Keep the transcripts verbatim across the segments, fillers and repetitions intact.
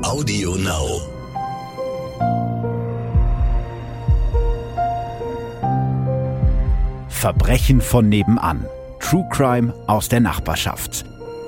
Audio Now. Verbrechen von nebenan. True Crime aus der Nachbarschaft.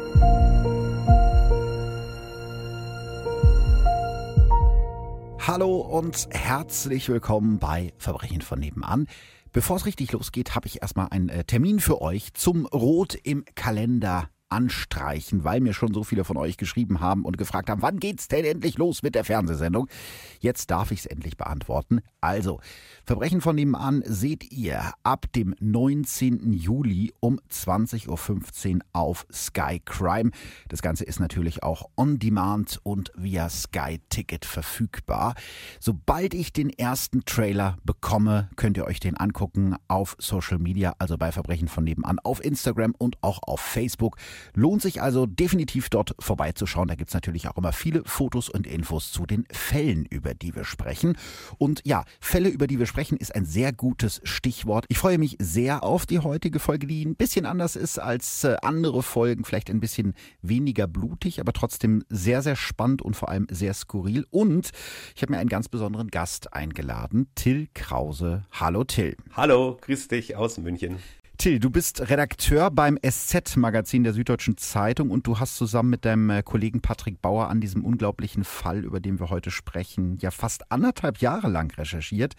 Hallo und herzlich willkommen bei Verbrechen von nebenan. Bevor es richtig losgeht, habe ich erstmal einen äh, Termin für euch zum Rot im Kalender anstreichen, weil mir schon so viele von euch geschrieben haben und gefragt haben, wann geht's denn endlich los mit der Fernsehsendung? Jetzt darf ich es endlich beantworten. Also, Verbrechen von nebenan seht ihr ab dem neunzehnten Juli um zwanzig Uhr fünfzehn auf Sky Crime. Das Ganze ist natürlich auch on demand und via Sky Ticket verfügbar. Sobald ich den ersten Trailer bekomme, könnt ihr euch den angucken auf Social Media, also bei Verbrechen von nebenan auf Instagram und auch auf Facebook. Lohnt sich also definitiv dort vorbeizuschauen. Da gibt es natürlich auch immer viele Fotos und Infos zu den Fällen, über die wir sprechen. Und ja, Fälle, über die wir sprechen, ist ein sehr gutes Stichwort. Ich freue mich sehr auf die heutige Folge, die ein bisschen anders ist als andere Folgen. Vielleicht ein bisschen weniger blutig, aber trotzdem sehr, sehr spannend und vor allem sehr skurril. Und ich habe mir einen ganz besonderen Gast eingeladen, Till Krause. Hallo Till. Hallo, grüß dich aus München. Till, du bist Redakteur beim S Z-Magazin der Süddeutschen Zeitung und du hast zusammen mit deinem Kollegen Patrick Bauer an diesem unglaublichen Fall, über den wir heute sprechen, ja fast anderthalb Jahre lang recherchiert.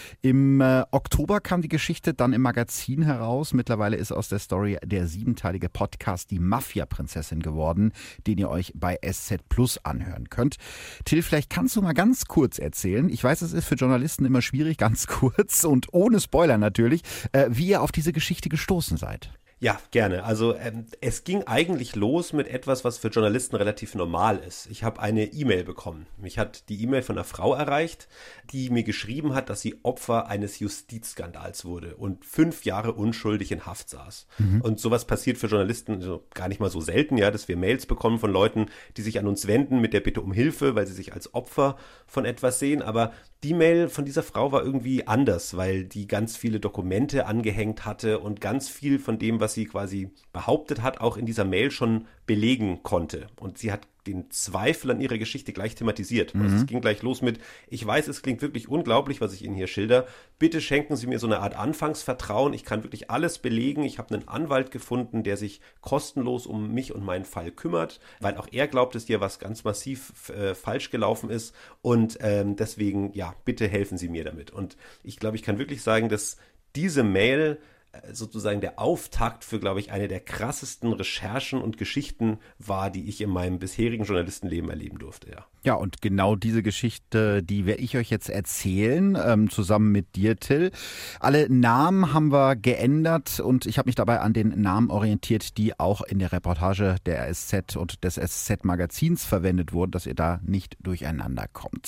Im äh, Oktober kam die Geschichte dann im Magazin heraus. Mittlerweile ist aus der Story der siebenteilige Podcast Die Mafia-Prinzessin geworden, den ihr euch bei S Z Plus anhören könnt. Till, vielleicht kannst du mal ganz kurz erzählen, ich weiß, es ist für Journalisten immer schwierig, ganz kurz und ohne Spoiler natürlich, äh, wie ihr auf diese Geschichte gestoßen seid. Ja, gerne. Also ähm, es ging eigentlich los mit etwas, was für Journalisten relativ normal ist. Ich habe eine E-Mail bekommen. Mich hat die E-Mail von einer Frau erreicht, die mir geschrieben hat, dass sie Opfer eines Justizskandals wurde und fünf Jahre unschuldig in Haft saß. Mhm. Und sowas passiert für Journalisten also gar nicht mal so selten, ja, dass wir Mails bekommen von Leuten, die sich an uns wenden mit der Bitte um Hilfe, weil sie sich als Opfer von etwas sehen. Aber die Mail von dieser Frau war irgendwie anders, weil die ganz viele Dokumente angehängt hatte und ganz viel von dem, was sie quasi behauptet hat, auch in dieser Mail schon belegen konnte. Und sie hat den Zweifel an ihrer Geschichte gleich thematisiert. Mhm. Also es ging gleich los mit, ich weiß, es klingt wirklich unglaublich, was ich Ihnen hier schilder. Bitte schenken Sie mir so eine Art Anfangsvertrauen. Ich kann wirklich alles belegen. Ich habe einen Anwalt gefunden, der sich kostenlos um mich und meinen Fall kümmert, weil auch er glaubt, dass hier was ganz massiv äh, falsch gelaufen ist. Und ähm, deswegen, ja, bitte helfen Sie mir damit. Und ich glaube, ich kann wirklich sagen, dass diese Mail sozusagen der Auftakt für, glaube ich, eine der krassesten Recherchen und Geschichten war, die ich in meinem bisherigen Journalistenleben erleben durfte, ja. Ja, und genau diese Geschichte, die werde ich euch jetzt erzählen, ähm, zusammen mit dir, Till. Alle Namen haben wir geändert und ich habe mich dabei an den Namen orientiert, die auch in der Reportage der S Z und des S Z-Magazins verwendet wurden, dass ihr da nicht durcheinander kommt.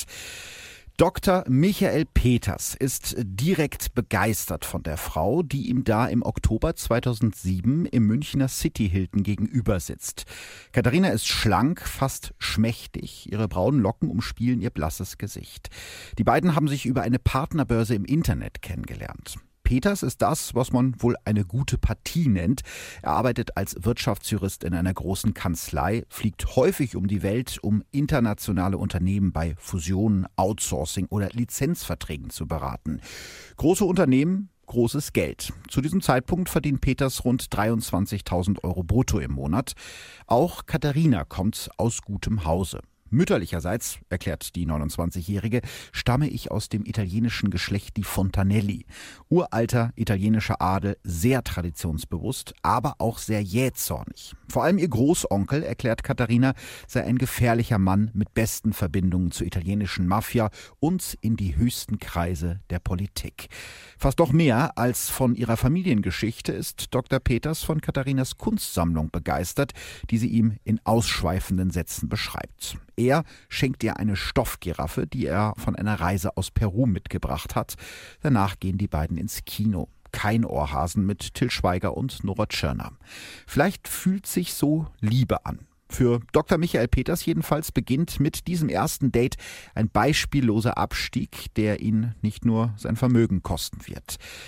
Doktor Michael Peters ist direkt begeistert von der Frau, die ihm da im Oktober zweitausendsieben im Münchner City Hilton gegenüber sitzt. Katharina ist schlank, fast schmächtig. Ihre braunen Locken umspielen ihr blasses Gesicht. Die beiden haben sich über eine Partnerbörse im Internet kennengelernt. Peters ist das, was man wohl eine gute Partie nennt. Er arbeitet als Wirtschaftsjurist in einer großen Kanzlei, fliegt häufig um die Welt, um internationale Unternehmen bei Fusionen, Outsourcing oder Lizenzverträgen zu beraten. Große Unternehmen, großes Geld. Zu diesem Zeitpunkt verdient Peters rund dreiundzwanzigtausend Euro brutto im Monat. Auch Katharina kommt aus gutem Hause. Mütterlicherseits, erklärt die neunundzwanzigjährige, stamme ich aus dem italienischen Geschlecht die Fontanelli. Uralter italienischer Adel, sehr traditionsbewusst, aber auch sehr jähzornig. Vor allem ihr Großonkel, erklärt Katharina, sei ein gefährlicher Mann mit besten Verbindungen zur italienischen Mafia und in die höchsten Kreise der Politik. Fast doch mehr als von ihrer Familiengeschichte ist Doktor Peters von Katharinas Kunstsammlung begeistert, die sie ihm in ausschweifenden Sätzen beschreibt. Er schenkt ihr eine Stoffgiraffe, die er von einer Reise aus Peru mitgebracht hat. Danach gehen die beiden ins Kino. Kein Ohrhasen mit Till Schweiger und Nora Tschirner. Vielleicht fühlt sich so Liebe an. Für Doktor Michael Peters jedenfalls beginnt mit diesem ersten Date ein beispielloser Abstieg, der ihn nicht nur sein Vermögen kosten wird.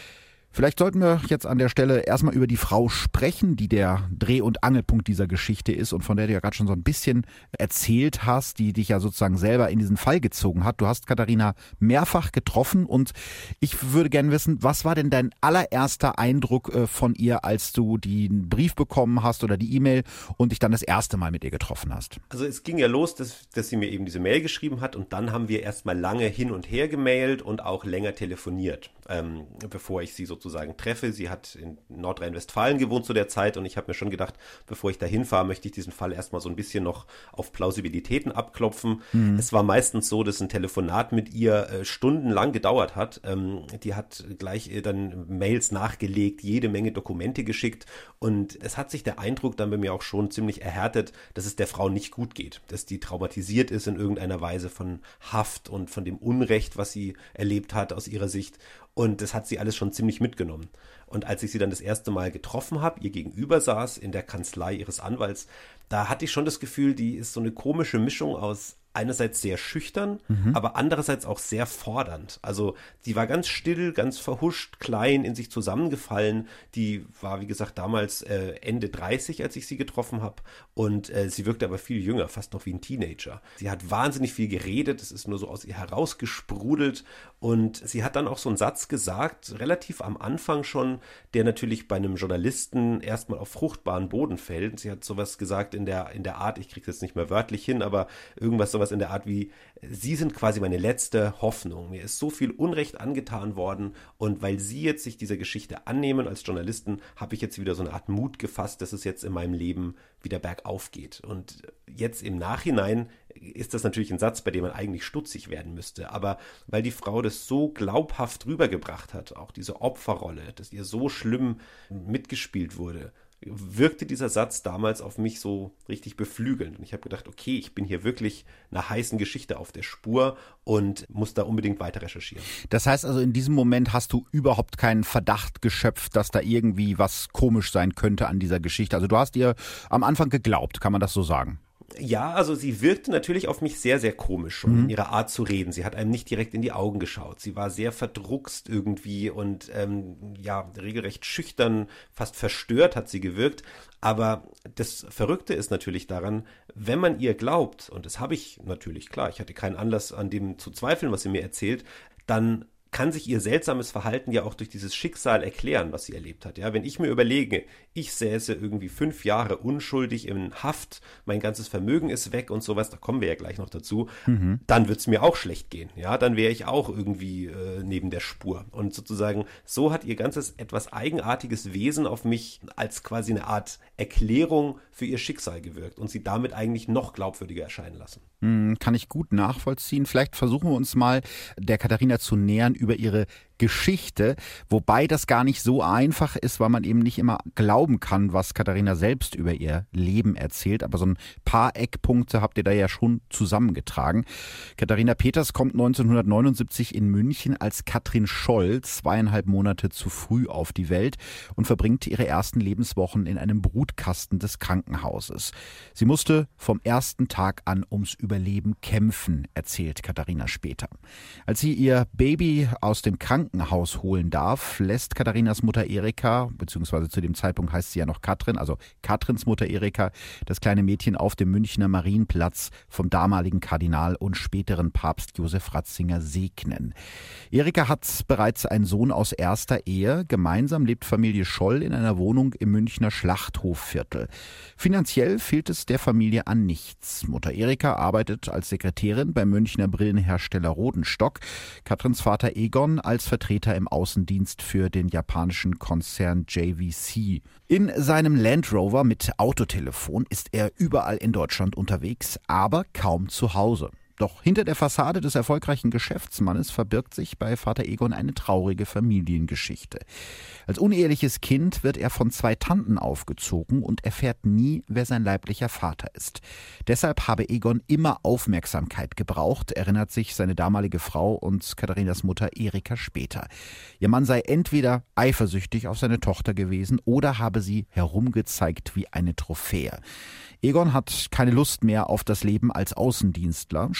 Vielleicht sollten wir jetzt an der Stelle erstmal über die Frau sprechen, die der Dreh- und Angelpunkt dieser Geschichte ist und von der du ja gerade schon so ein bisschen erzählt hast, die dich ja sozusagen selber in diesen Fall gezogen hat. Du hast Katharina mehrfach getroffen und ich würde gerne wissen, was war denn dein allererster Eindruck von ihr, als du den Brief bekommen hast oder die E-Mail und dich dann das erste Mal mit ihr getroffen hast? Also es ging ja los, dass, dass sie mir eben diese Mail geschrieben hat und dann haben wir erstmal lange hin und her gemailt und auch länger telefoniert, ähm, bevor ich sie sozusagen treffe. Sie hat in Nordrhein-Westfalen gewohnt zu der Zeit und ich habe mir schon gedacht, bevor ich da hinfahre, möchte ich diesen Fall erstmal so ein bisschen noch auf Plausibilitäten abklopfen. Mhm. Es war meistens so, dass ein Telefonat mit ihr äh, stundenlang gedauert hat. Ähm, die hat gleich äh, dann Mails nachgelegt, jede Menge Dokumente geschickt und es hat sich der Eindruck dann bei mir auch schon ziemlich erhärtet, dass es der Frau nicht gut geht, dass die traumatisiert ist in irgendeiner Weise von Haft und von dem Unrecht, was sie erlebt hat aus ihrer Sicht. Und das hat sie alles schon ziemlich mitgenommen. Und als ich sie dann das erste Mal getroffen habe, ihr gegenüber saß in der Kanzlei ihres Anwalts, da hatte ich schon das Gefühl, die ist so eine komische Mischung aus einerseits sehr schüchtern, mhm. aber andererseits auch sehr fordernd. Also die war ganz still, ganz verhuscht, klein, in sich zusammengefallen. Die war, wie gesagt, damals äh, Ende dreißig, als ich sie getroffen habe. Und äh, sie wirkte aber viel jünger, fast noch wie ein Teenager. Sie hat wahnsinnig viel geredet, es ist nur so aus ihr herausgesprudelt. Und sie hat dann auch so einen Satz gesagt, relativ am Anfang schon, der natürlich bei einem Journalisten erstmal auf fruchtbaren Boden fällt. Sie hat sowas gesagt in der, in der Art, ich kriege es jetzt nicht mehr wörtlich hin, aber irgendwas sowas in der Art wie, Sie sind quasi meine letzte Hoffnung. Mir ist so viel Unrecht angetan worden und weil Sie jetzt sich dieser Geschichte annehmen als Journalisten, habe ich jetzt wieder so eine Art Mut gefasst, dass es jetzt in meinem Leben wieder bergauf geht. Und jetzt im Nachhinein ist das natürlich ein Satz, bei dem man eigentlich stutzig werden müsste. Aber weil die Frau das so glaubhaft rübergebracht hat, auch diese Opferrolle, dass ihr so schlimm mitgespielt wurde, wirkte dieser Satz damals auf mich so richtig beflügelnd. Und ich habe gedacht, okay, ich bin hier wirklich einer heißen Geschichte auf der Spur und muss da unbedingt weiter recherchieren. Das heißt also, in diesem Moment hast du überhaupt keinen Verdacht geschöpft, dass da irgendwie was komisch sein könnte an dieser Geschichte. Also du hast ihr am Anfang geglaubt, kann man das so sagen? Ja, also sie wirkte natürlich auf mich sehr, sehr komisch schon mhm. in ihrer Art zu reden. Sie hat einem nicht direkt in die Augen geschaut. Sie war sehr verdruckst irgendwie und ähm, ja, regelrecht schüchtern, fast verstört hat sie gewirkt. Aber das Verrückte ist natürlich daran, wenn man ihr glaubt, und das habe ich natürlich, klar, ich hatte keinen Anlass an dem zu zweifeln, was sie mir erzählt, dann kann sich ihr seltsames Verhalten ja auch durch dieses Schicksal erklären, was sie erlebt hat. Ja, wenn ich mir überlege, ich säße irgendwie fünf Jahre unschuldig in Haft, mein ganzes Vermögen ist weg und sowas, da kommen wir ja gleich noch dazu, mhm. dann wird es mir auch schlecht gehen. Ja, dann wäre ich auch irgendwie äh, neben der Spur. Und sozusagen, so hat ihr ganzes etwas eigenartiges Wesen auf mich als quasi eine Art Erklärung für ihr Schicksal gewirkt und sie damit eigentlich noch glaubwürdiger erscheinen lassen. Mhm, kann ich gut nachvollziehen. Vielleicht versuchen wir uns mal der Katharina zu nähern über ihre Geschichte, wobei das gar nicht so einfach ist, weil man eben nicht immer glauben kann, was Katharina selbst über ihr Leben erzählt. Aber so ein paar Eckpunkte habt ihr da ja schon zusammengetragen. Katharina Peters kommt neunzehnhundertneunundsiebzig in München als Katrin Scholl zweieinhalb Monate zu früh auf die Welt und verbringt ihre ersten Lebenswochen in einem Brutkasten des Krankenhauses. Sie musste vom ersten Tag an ums Überleben kämpfen, erzählt Katharina später. Als sie ihr Baby aus dem Krankenhaus Krankenhaus holen darf, lässt Katharinas Mutter Erika, beziehungsweise zu dem Zeitpunkt heißt sie ja noch Katrin, also Katrins Mutter Erika, das kleine Mädchen auf dem Münchner Marienplatz vom damaligen Kardinal und späteren Papst Josef Ratzinger segnen. Erika hat bereits einen Sohn aus erster Ehe. Gemeinsam lebt Familie Scholl in einer Wohnung im Münchner Schlachthofviertel. Finanziell fehlt es der Familie an nichts. Mutter Erika arbeitet als Sekretärin beim Münchner Brillenhersteller Rodenstock. Katrins Vater Egon als Vertreter im Außendienst für den japanischen Konzern J V C. In seinem Land Rover mit Autotelefon ist er überall in Deutschland unterwegs, aber kaum zu Hause. Doch hinter der Fassade des erfolgreichen Geschäftsmannes verbirgt sich bei Vater Egon eine traurige Familiengeschichte. Als uneheliches Kind wird er von zwei Tanten aufgezogen und erfährt nie, wer sein leiblicher Vater ist. Deshalb habe Egon immer Aufmerksamkeit gebraucht, erinnert sich seine damalige Frau und Katharinas Mutter Erika später. Ihr Mann sei entweder eifersüchtig auf seine Tochter gewesen oder habe sie herumgezeigt wie eine Trophäe. Egon hat keine Lust mehr auf das Leben als Außendienstler. Schon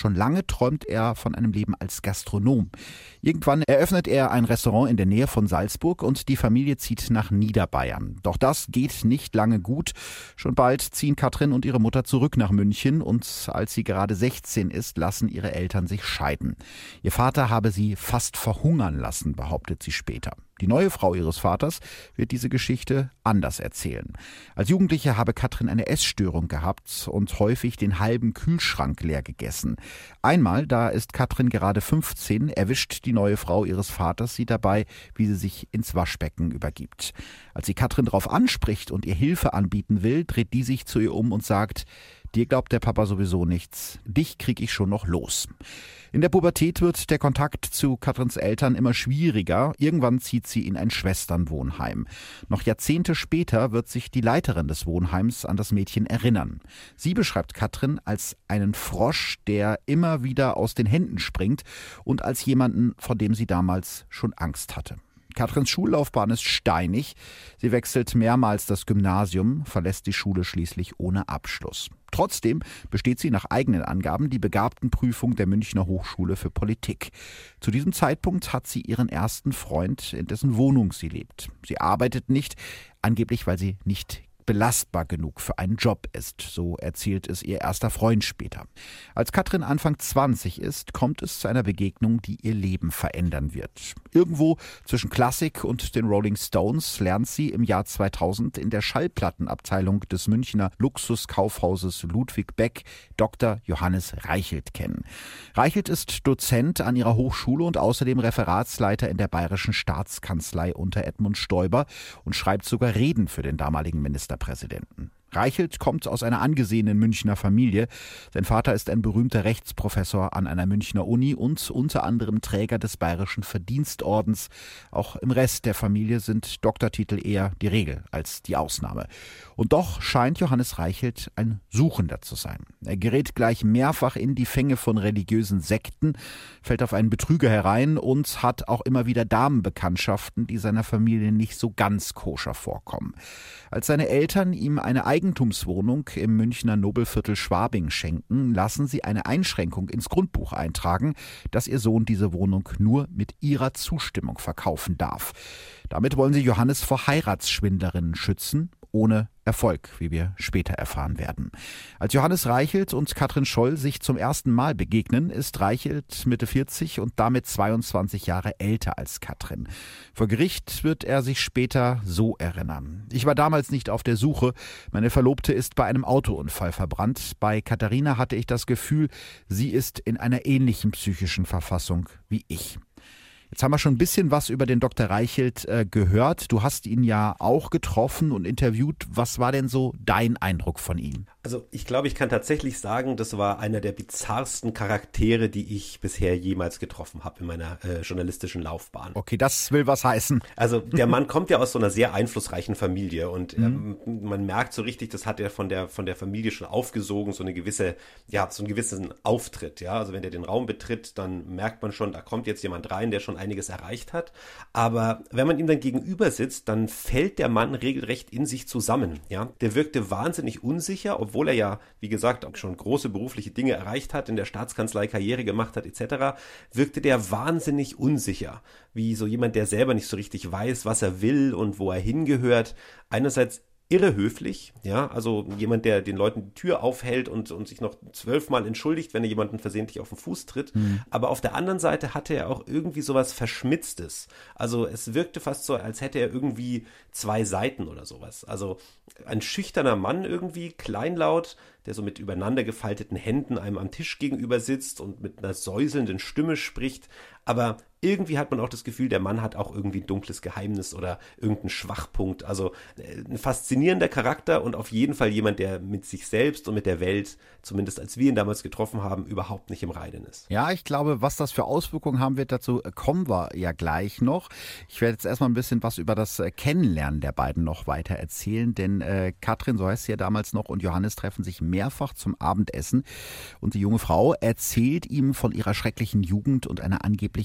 Schon lange träumt er von einem Leben als Gastronom. Irgendwann eröffnet er ein Restaurant in der Nähe von Salzburg und die Familie zieht nach Niederbayern. Doch das geht nicht lange gut. Schon bald ziehen Katrin und ihre Mutter zurück nach München und als sie gerade sechzehn ist, lassen ihre Eltern sich scheiden. Ihr Vater habe sie fast verhungern lassen, behauptet sie später. Die neue Frau ihres Vaters wird diese Geschichte anders erzählen. Als Jugendliche habe Katrin eine Essstörung gehabt und häufig den halben Kühlschrank leer gegessen. Einmal, da ist Katrin gerade fünfzehn, erwischt die neue Frau ihres Vaters sie dabei, wie sie sich ins Waschbecken übergibt. Als sie Katrin darauf anspricht und ihr Hilfe anbieten will, dreht die sich zu ihr um und sagt: Dir glaubt der Papa sowieso nichts. Dich krieg ich schon noch los. In der Pubertät wird der Kontakt zu Katrins Eltern immer schwieriger. Irgendwann zieht sie in ein Schwesternwohnheim. Noch Jahrzehnte später wird sich die Leiterin des Wohnheims an das Mädchen erinnern. Sie beschreibt Katrin als einen Frosch, der immer wieder aus den Händen springt und als jemanden, vor dem sie damals schon Angst hatte. Katrins Schullaufbahn ist steinig. Sie wechselt mehrmals das Gymnasium, verlässt die Schule schließlich ohne Abschluss. Trotzdem besteht sie nach eigenen Angaben die Begabtenprüfung der Münchner Hochschule für Politik. Zu diesem Zeitpunkt hat sie ihren ersten Freund, in dessen Wohnung sie lebt. Sie arbeitet nicht, angeblich weil sie nicht belastbar genug für einen Job ist, so erzählt es ihr erster Freund später. Als Katrin Anfang zwanzig ist, kommt es zu einer Begegnung, die ihr Leben verändern wird. Irgendwo zwischen Klassik und den Rolling Stones lernt sie im Jahr zweitausend in der Schallplattenabteilung des Münchner Luxuskaufhauses Ludwig Beck Doktor Johannes Reichelt kennen. Reichelt ist Dozent an ihrer Hochschule und außerdem Referatsleiter in der Bayerischen Staatskanzlei unter Edmund Stoiber und schreibt sogar Reden für den damaligen Ministerpräsidenten. Präsidenten. Reichelt kommt aus einer angesehenen Münchner Familie. Sein Vater ist ein berühmter Rechtsprofessor an einer Münchner Uni und unter anderem Träger des Bayerischen Verdienstordens. Auch im Rest der Familie sind Doktortitel eher die Regel als die Ausnahme. Und doch scheint Johannes Reichelt ein Suchender zu sein. Er gerät gleich mehrfach in die Fänge von religiösen Sekten, fällt auf einen Betrüger herein und hat auch immer wieder Damenbekanntschaften, die seiner Familie nicht so ganz koscher vorkommen. Als seine Eltern ihm eine Eigentumswohnung im Münchner Nobelviertel Schwabing schenken, lassen sie eine Einschränkung ins Grundbuch eintragen, dass ihr Sohn diese Wohnung nur mit ihrer Zustimmung verkaufen darf. Damit wollen sie Johannes vor Heiratsschwindlerinnen schützen, ohne Erfolg, wie wir später erfahren werden. Als Johannes Reichelt und Katrin Scholl sich zum ersten Mal begegnen, ist Reichelt Mitte vierzig und damit zweiundzwanzig Jahre älter als Katrin. Vor Gericht wird er sich später so erinnern: Ich war damals nicht auf der Suche. Meine Verlobte ist bei einem Autounfall verbrannt. Bei Katharina hatte ich das Gefühl, sie ist in einer ähnlichen psychischen Verfassung wie ich. Jetzt haben wir schon ein bisschen was über den Doktor Reichelt äh, gehört. Du hast ihn ja auch getroffen und interviewt. Was war denn so dein Eindruck von ihm? Also ich glaube, ich kann tatsächlich sagen, das war einer der bizarrsten Charaktere, die ich bisher jemals getroffen habe in meiner äh, journalistischen Laufbahn. Okay, das will was heißen. Also der Mann kommt ja aus so einer sehr einflussreichen Familie und ähm, mhm. man merkt so richtig, das hat er von der von der Familie schon aufgesogen, so eine gewisse, ja, so einen gewissen Auftritt. Ja, also wenn der den Raum betritt, dann merkt man schon, da kommt jetzt jemand rein, der schon einiges erreicht hat. Aber wenn man ihm dann gegenüber sitzt, dann fällt der Mann regelrecht in sich zusammen. Ja, der wirkte wahnsinnig unsicher, obwohl er ja, wie gesagt, auch schon große berufliche Dinge erreicht hat, in der Staatskanzlei Karriere gemacht hat et cetera, wirkte der wahnsinnig unsicher. Wie so jemand, der selber nicht so richtig weiß, was er will und wo er hingehört. Einerseits irre höflich, ja, also jemand, der den Leuten die Tür aufhält und, und sich noch zwölfmal entschuldigt, wenn er jemanden versehentlich auf den Fuß tritt. Mhm. Aber auf der anderen Seite hatte er auch irgendwie sowas Verschmitztes. Also es wirkte fast so, als hätte er irgendwie zwei Seiten oder sowas. Also ein schüchterner Mann irgendwie, kleinlaut, der so mit übereinander gefalteten Händen einem am Tisch gegenüber sitzt und mit einer säuselnden Stimme spricht. Aber irgendwie hat man auch das Gefühl, der Mann hat auch irgendwie ein dunkles Geheimnis oder irgendeinen Schwachpunkt. Also ein faszinierender Charakter und auf jeden Fall jemand, der mit sich selbst und mit der Welt, zumindest als wir ihn damals getroffen haben, überhaupt nicht im Reinen ist. Ja, ich glaube, was das für Auswirkungen haben wird, dazu kommen wir ja gleich noch. Ich werde jetzt erstmal ein bisschen was über das Kennenlernen der beiden noch weiter erzählen, denn äh, Katrin, so heißt sie ja damals noch, und Johannes treffen sich mehrfach zum Abendessen und die junge Frau erzählt ihm von ihrer schrecklichen Jugend und einer angeblichen Fehlbehandlung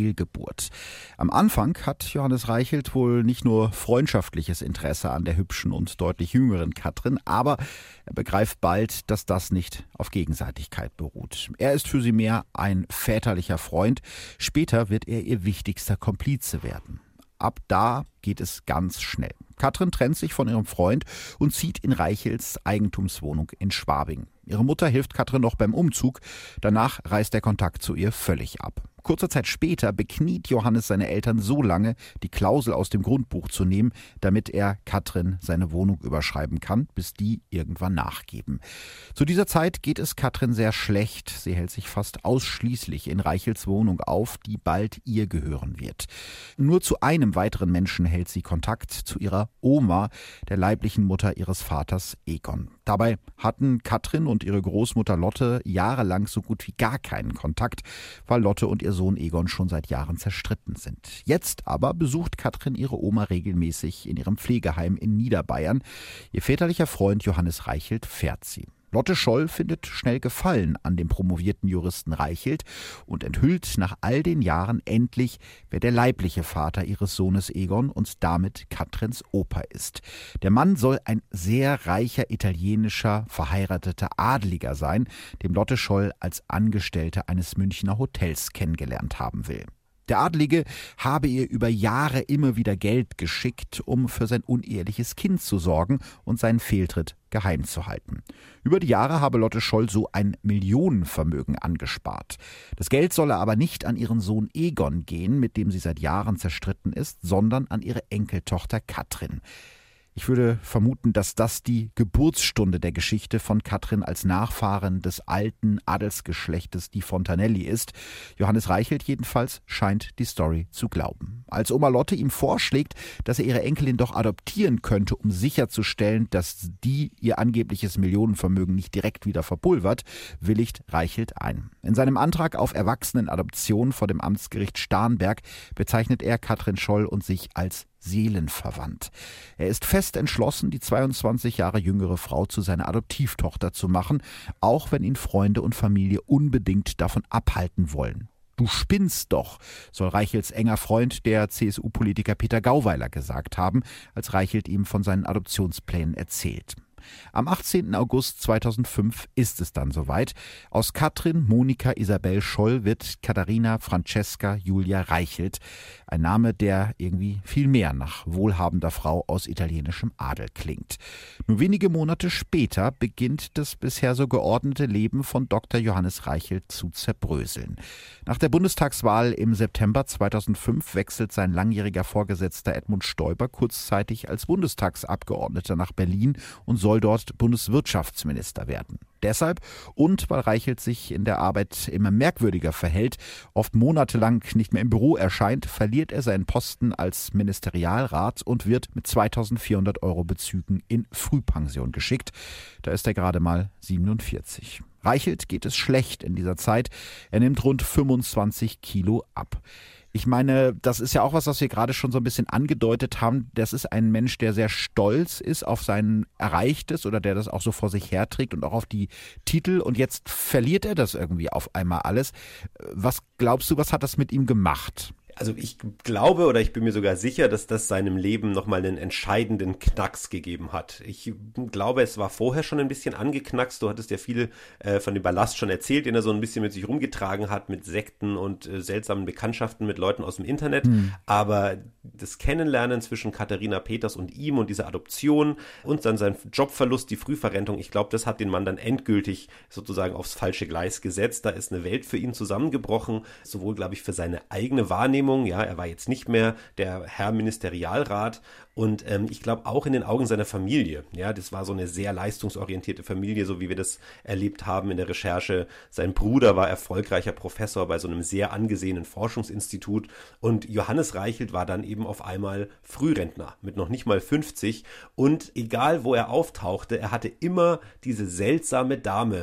Fehlgeburt. Am Anfang hat Johannes Reichelt wohl nicht nur freundschaftliches Interesse an der hübschen und deutlich jüngeren Katrin, aber er begreift bald, dass das nicht auf Gegenseitigkeit beruht. Er ist für sie mehr ein väterlicher Freund. Später wird er ihr wichtigster Komplize werden. Ab da geht es ganz schnell. Katrin trennt sich von ihrem Freund und zieht in Reichelts Eigentumswohnung in Schwabing. Ihre Mutter hilft Katrin noch beim Umzug. Danach reißt der Kontakt zu ihr völlig ab. Kurze Zeit später bekniet Johannes seine Eltern so lange, die Klausel aus dem Grundbuch zu nehmen, damit er Katrin seine Wohnung überschreiben kann, bis die irgendwann nachgeben. Zu dieser Zeit geht es Katrin sehr schlecht. Sie hält sich fast ausschließlich in Reichelts Wohnung auf, die bald ihr gehören wird. Nur zu einem weiteren Menschen hält sie Kontakt, zu ihrer Oma, der leiblichen Mutter ihres Vaters Egon. Dabei hatten Katrin und ihre Großmutter Lotte jahrelang so gut wie gar keinen Kontakt, weil Lotte und ihr Sohn Egon schon seit Jahren zerstritten sind. Jetzt aber besucht Katrin ihre Oma regelmäßig in ihrem Pflegeheim in Niederbayern. Ihr väterlicher Freund Johannes Reichelt fährt sie. Lotte Scholl findet schnell Gefallen an dem promovierten Juristen Reichelt und enthüllt nach all den Jahren endlich, wer der leibliche Vater ihres Sohnes Egon und damit Katrins Opa ist. Der Mann soll ein sehr reicher italienischer, verheirateter Adeliger sein, dem Lotte Scholl als Angestellte eines Münchner Hotels kennengelernt haben will. Der Adlige habe ihr über Jahre immer wieder Geld geschickt, um für sein uneheliches Kind zu sorgen und seinen Fehltritt geheim zu halten. Über die Jahre habe Lotte Scholl so ein Millionenvermögen angespart. Das Geld solle aber nicht an ihren Sohn Egon gehen, mit dem sie seit Jahren zerstritten ist, sondern an ihre Enkeltochter Katrin. Ich würde vermuten, dass das die Geburtsstunde der Geschichte von Katrin als Nachfahren des alten Adelsgeschlechtes die Fontanelli ist. Johannes Reichelt jedenfalls scheint die Story zu glauben. Als Oma Lotte ihm vorschlägt, dass er ihre Enkelin doch adoptieren könnte, um sicherzustellen, dass die ihr angebliches Millionenvermögen nicht direkt wieder verpulvert, willigt Reichelt ein. In seinem Antrag auf Erwachsenenadoption vor dem Amtsgericht Starnberg bezeichnet er Katrin Scholl und sich als seelenverwandt. Er ist fest entschlossen, die zweiundzwanzig Jahre jüngere Frau zu seiner Adoptivtochter zu machen, auch wenn ihn Freunde und Familie unbedingt davon abhalten wollen. Du spinnst doch, soll Reichelts enger Freund, der C S U-Politiker Peter Gauweiler, gesagt haben, als Reichelt ihm von seinen Adoptionsplänen erzählt. Am achtzehnten August zweitausendfünf ist es dann soweit. Aus Katrin Monika Isabel Scholl wird Katharina Francesca Julia Reichelt. Ein Name, der irgendwie viel mehr nach wohlhabender Frau aus italienischem Adel klingt. Nur wenige Monate später beginnt das bisher so geordnete Leben von Doktor Johannes Reichelt zu zerbröseln. Nach der Bundestagswahl im September zweitausendfünf wechselt sein langjähriger Vorgesetzter Edmund Stoiber kurzzeitig als Bundestagsabgeordneter nach Berlin und soll dort Bundeswirtschaftsminister werden. Deshalb und weil Reichelt sich in der Arbeit immer merkwürdiger verhält, oft monatelang nicht mehr im Büro erscheint, verliert er seinen Posten als Ministerialrat und wird mit zweitausendvierhundert Euro Bezügen in Frühpension geschickt. Da ist er gerade mal siebenundvierzig. Reichelt geht es schlecht in dieser Zeit. Er nimmt rund fünfundzwanzig Kilo ab. Ich meine, das ist ja auch was, was wir gerade schon so ein bisschen angedeutet haben. Das ist ein Mensch, der sehr stolz ist auf sein Erreichtes oder der das auch so vor sich herträgt und auch auf die Titel. Und jetzt verliert er das irgendwie auf einmal alles. Was glaubst du, was hat das mit ihm gemacht? Also ich glaube oder ich bin mir sogar sicher, dass das seinem Leben nochmal einen entscheidenden Knacks gegeben hat. Ich glaube, es war vorher schon ein bisschen angeknackst. Du hattest ja viel äh, von dem Ballast schon erzählt, den er so ein bisschen mit sich rumgetragen hat, mit Sekten und äh, seltsamen Bekanntschaften mit Leuten aus dem Internet. Mhm. Aber das Kennenlernen zwischen Katharina Peters und ihm und diese Adoption und dann sein Jobverlust, die Frühverrentung, ich glaube, das hat den Mann dann endgültig sozusagen aufs falsche Gleis gesetzt. Da ist eine Welt für ihn zusammengebrochen, sowohl, glaube ich, für seine eigene Wahrnehmung. Ja, er war jetzt nicht mehr der Herr Ministerialrat und ähm, ich glaube auch in den Augen seiner Familie. Ja, das war so eine sehr leistungsorientierte Familie, so wie wir das erlebt haben in der Recherche. Sein Bruder war erfolgreicher Professor bei so einem sehr angesehenen Forschungsinstitut und Johannes Reichelt war dann eben auf einmal Frührentner mit noch nicht mal fünfzig und egal wo er auftauchte, er hatte immer diese seltsame Dame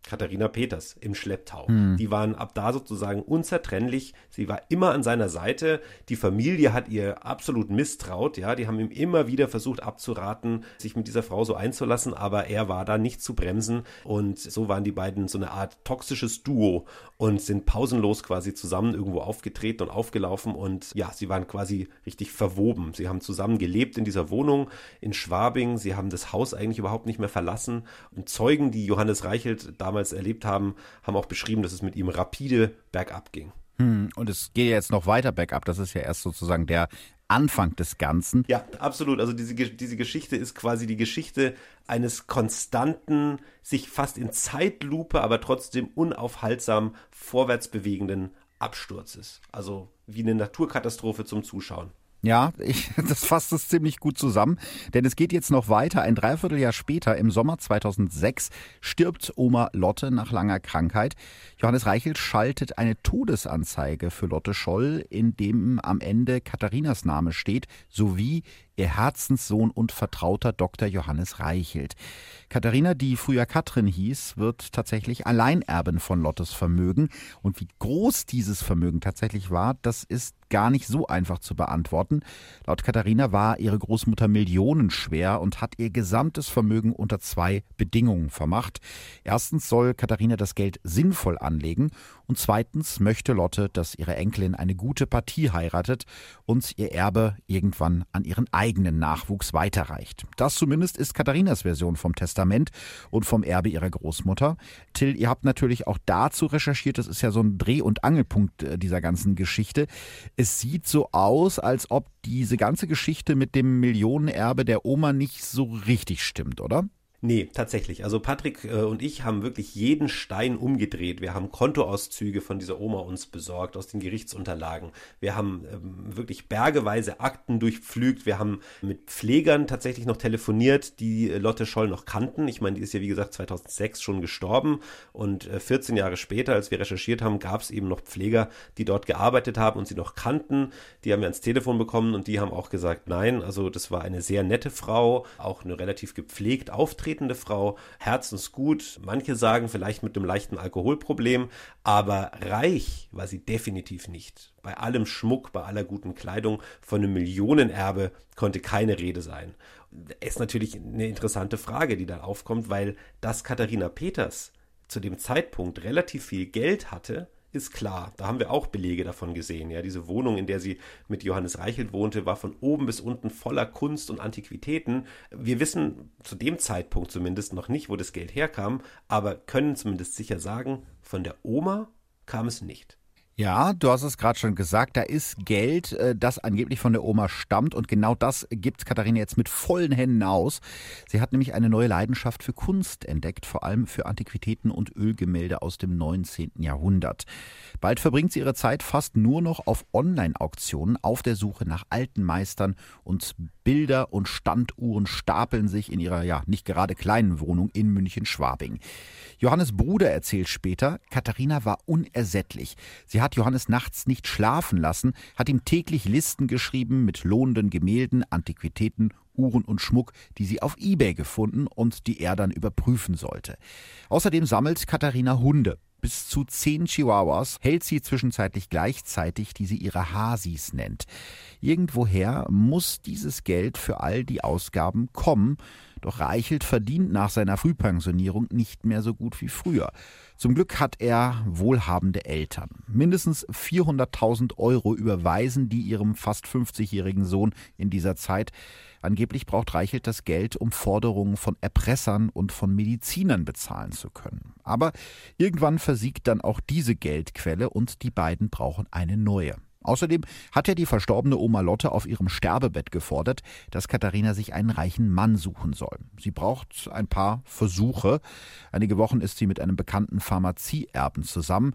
Katharina Peters im Schlepptau. Hm. Die waren ab da sozusagen unzertrennlich. Sie war immer an seiner Seite. Die Familie hat ihr absolut misstraut. Ja, die haben ihm immer wieder versucht abzuraten, sich mit dieser Frau so einzulassen, aber er war da nicht zu bremsen. Und so waren die beiden so eine Art toxisches Duo und sind pausenlos quasi zusammen irgendwo aufgetreten und aufgelaufen. Und ja, sie waren quasi richtig verwoben. Sie haben zusammen gelebt in dieser Wohnung in Schwabing. Sie haben das Haus eigentlich überhaupt nicht mehr verlassen. Und Zeugen, die Johannes Reichelt damals erlebt haben, haben auch beschrieben, dass es mit ihm rapide bergab ging. Hm, und es geht ja jetzt noch weiter bergab. Das ist ja erst sozusagen der Anfang des Ganzen. Ja, absolut. Also diese, diese Geschichte ist quasi die Geschichte eines konstanten, sich fast in Zeitlupe, aber trotzdem unaufhaltsam vorwärts bewegenden Absturzes. Also wie eine Naturkatastrophe zum Zuschauen. Ja, ich, das fasst es ziemlich gut zusammen, denn es geht jetzt noch weiter. Ein Dreivierteljahr später, im Sommer zweitausendsechs, stirbt Oma Lotte nach langer Krankheit. Johannes Reichelt schaltet eine Todesanzeige für Lotte Scholl, in dem am Ende Katharinas Name steht, sowie ihr Herzenssohn und Vertrauter Doktor Johannes Reichelt. Katharina, die früher Katrin hieß, wird tatsächlich Alleinerbin von Lottes Vermögen. Und wie groß dieses Vermögen tatsächlich war, das ist gar nicht so einfach zu beantworten. Laut Katharina war ihre Großmutter millionenschwer und hat ihr gesamtes Vermögen unter zwei Bedingungen vermacht. Erstens soll Katharina das Geld sinnvoll anlegen und zweitens möchte Lotte, dass ihre Enkelin eine gute Partie heiratet und ihr Erbe irgendwann an ihren eigenen Nachwuchs weiterreicht. Das zumindest ist Katharinas Version vom Testament und vom Erbe ihrer Großmutter. Till, ihr habt natürlich auch dazu recherchiert, das ist ja so ein Dreh- und Angelpunkt dieser ganzen Geschichte. Es sieht so aus, als ob diese ganze Geschichte mit dem Millionenerbe der Oma nicht so richtig stimmt, oder? Nee, tatsächlich. Also Patrick äh, und ich haben wirklich jeden Stein umgedreht. Wir haben Kontoauszüge von dieser Oma uns besorgt aus den Gerichtsunterlagen. Wir haben ähm, wirklich bergeweise Akten durchpflügt. Wir haben mit Pflegern tatsächlich noch telefoniert, die äh, Lotte Scholl noch kannten. Ich meine, die ist ja wie gesagt zweitausendsechs schon gestorben und äh, vierzehn Jahre später, als wir recherchiert haben, gab es eben noch Pfleger, die dort gearbeitet haben und sie noch kannten. Die haben wir ans Telefon bekommen und die haben auch gesagt, nein, also das war eine sehr nette Frau, auch eine relativ gepflegt auftretende Frau, herzensgut, manche sagen vielleicht mit einem leichten Alkoholproblem, aber reich war sie definitiv nicht. Bei allem Schmuck, bei aller guten Kleidung, von einem Millionenerbe konnte keine Rede sein. Ist natürlich eine interessante Frage, die dann aufkommt, weil dass Katharina Peters zu dem Zeitpunkt relativ viel Geld hatte, ist klar. Da haben wir auch Belege davon gesehen. Ja, diese Wohnung, in der sie mit Johannes Reichelt wohnte, war von oben bis unten voller Kunst und Antiquitäten. Wir wissen zu dem Zeitpunkt zumindest noch nicht, wo das Geld herkam, aber können zumindest sicher sagen, von der Oma kam es nicht. Ja, du hast es gerade schon gesagt, da ist Geld, das angeblich von der Oma stammt und genau das gibt Katharina jetzt mit vollen Händen aus. Sie hat nämlich eine neue Leidenschaft für Kunst entdeckt, vor allem für Antiquitäten und Ölgemälde aus dem neunzehnten Jahrhundert. Bald verbringt sie ihre Zeit fast nur noch auf Online-Auktionen auf der Suche nach alten Meistern und Bilder und Standuhren stapeln sich in ihrer ja nicht gerade kleinen Wohnung in München-Schwabing. Johannes' Bruder erzählt später, Katharina war unersättlich. Sie hat Johannes nachts nicht schlafen lassen, hat ihm täglich Listen geschrieben mit lohnenden Gemälden, Antiquitäten, Uhren und Schmuck, die sie auf eBay gefunden und die er dann überprüfen sollte. Außerdem sammelt Katharina Hunde. Bis zu zehn Chihuahuas hält sie zwischenzeitlich gleichzeitig, die sie ihre Hasis nennt. Irgendwoher muss dieses Geld für all die Ausgaben kommen, doch Reichelt verdient nach seiner Frühpensionierung nicht mehr so gut wie früher. Zum Glück hat er wohlhabende Eltern. Mindestens vierhunderttausend Euro überweisen die ihrem fast fünfzigjährigen Sohn in dieser Zeit. Angeblich braucht Reichelt das Geld, um Forderungen von Erpressern und von Medizinern bezahlen zu können. Aber irgendwann versiegt dann auch diese Geldquelle und die beiden brauchen eine neue. Außerdem hat ja die verstorbene Oma Lotte auf ihrem Sterbebett gefordert, dass Katharina sich einen reichen Mann suchen soll. Sie braucht ein paar Versuche. Einige Wochen ist sie mit einem bekannten Pharmazieerben zusammen.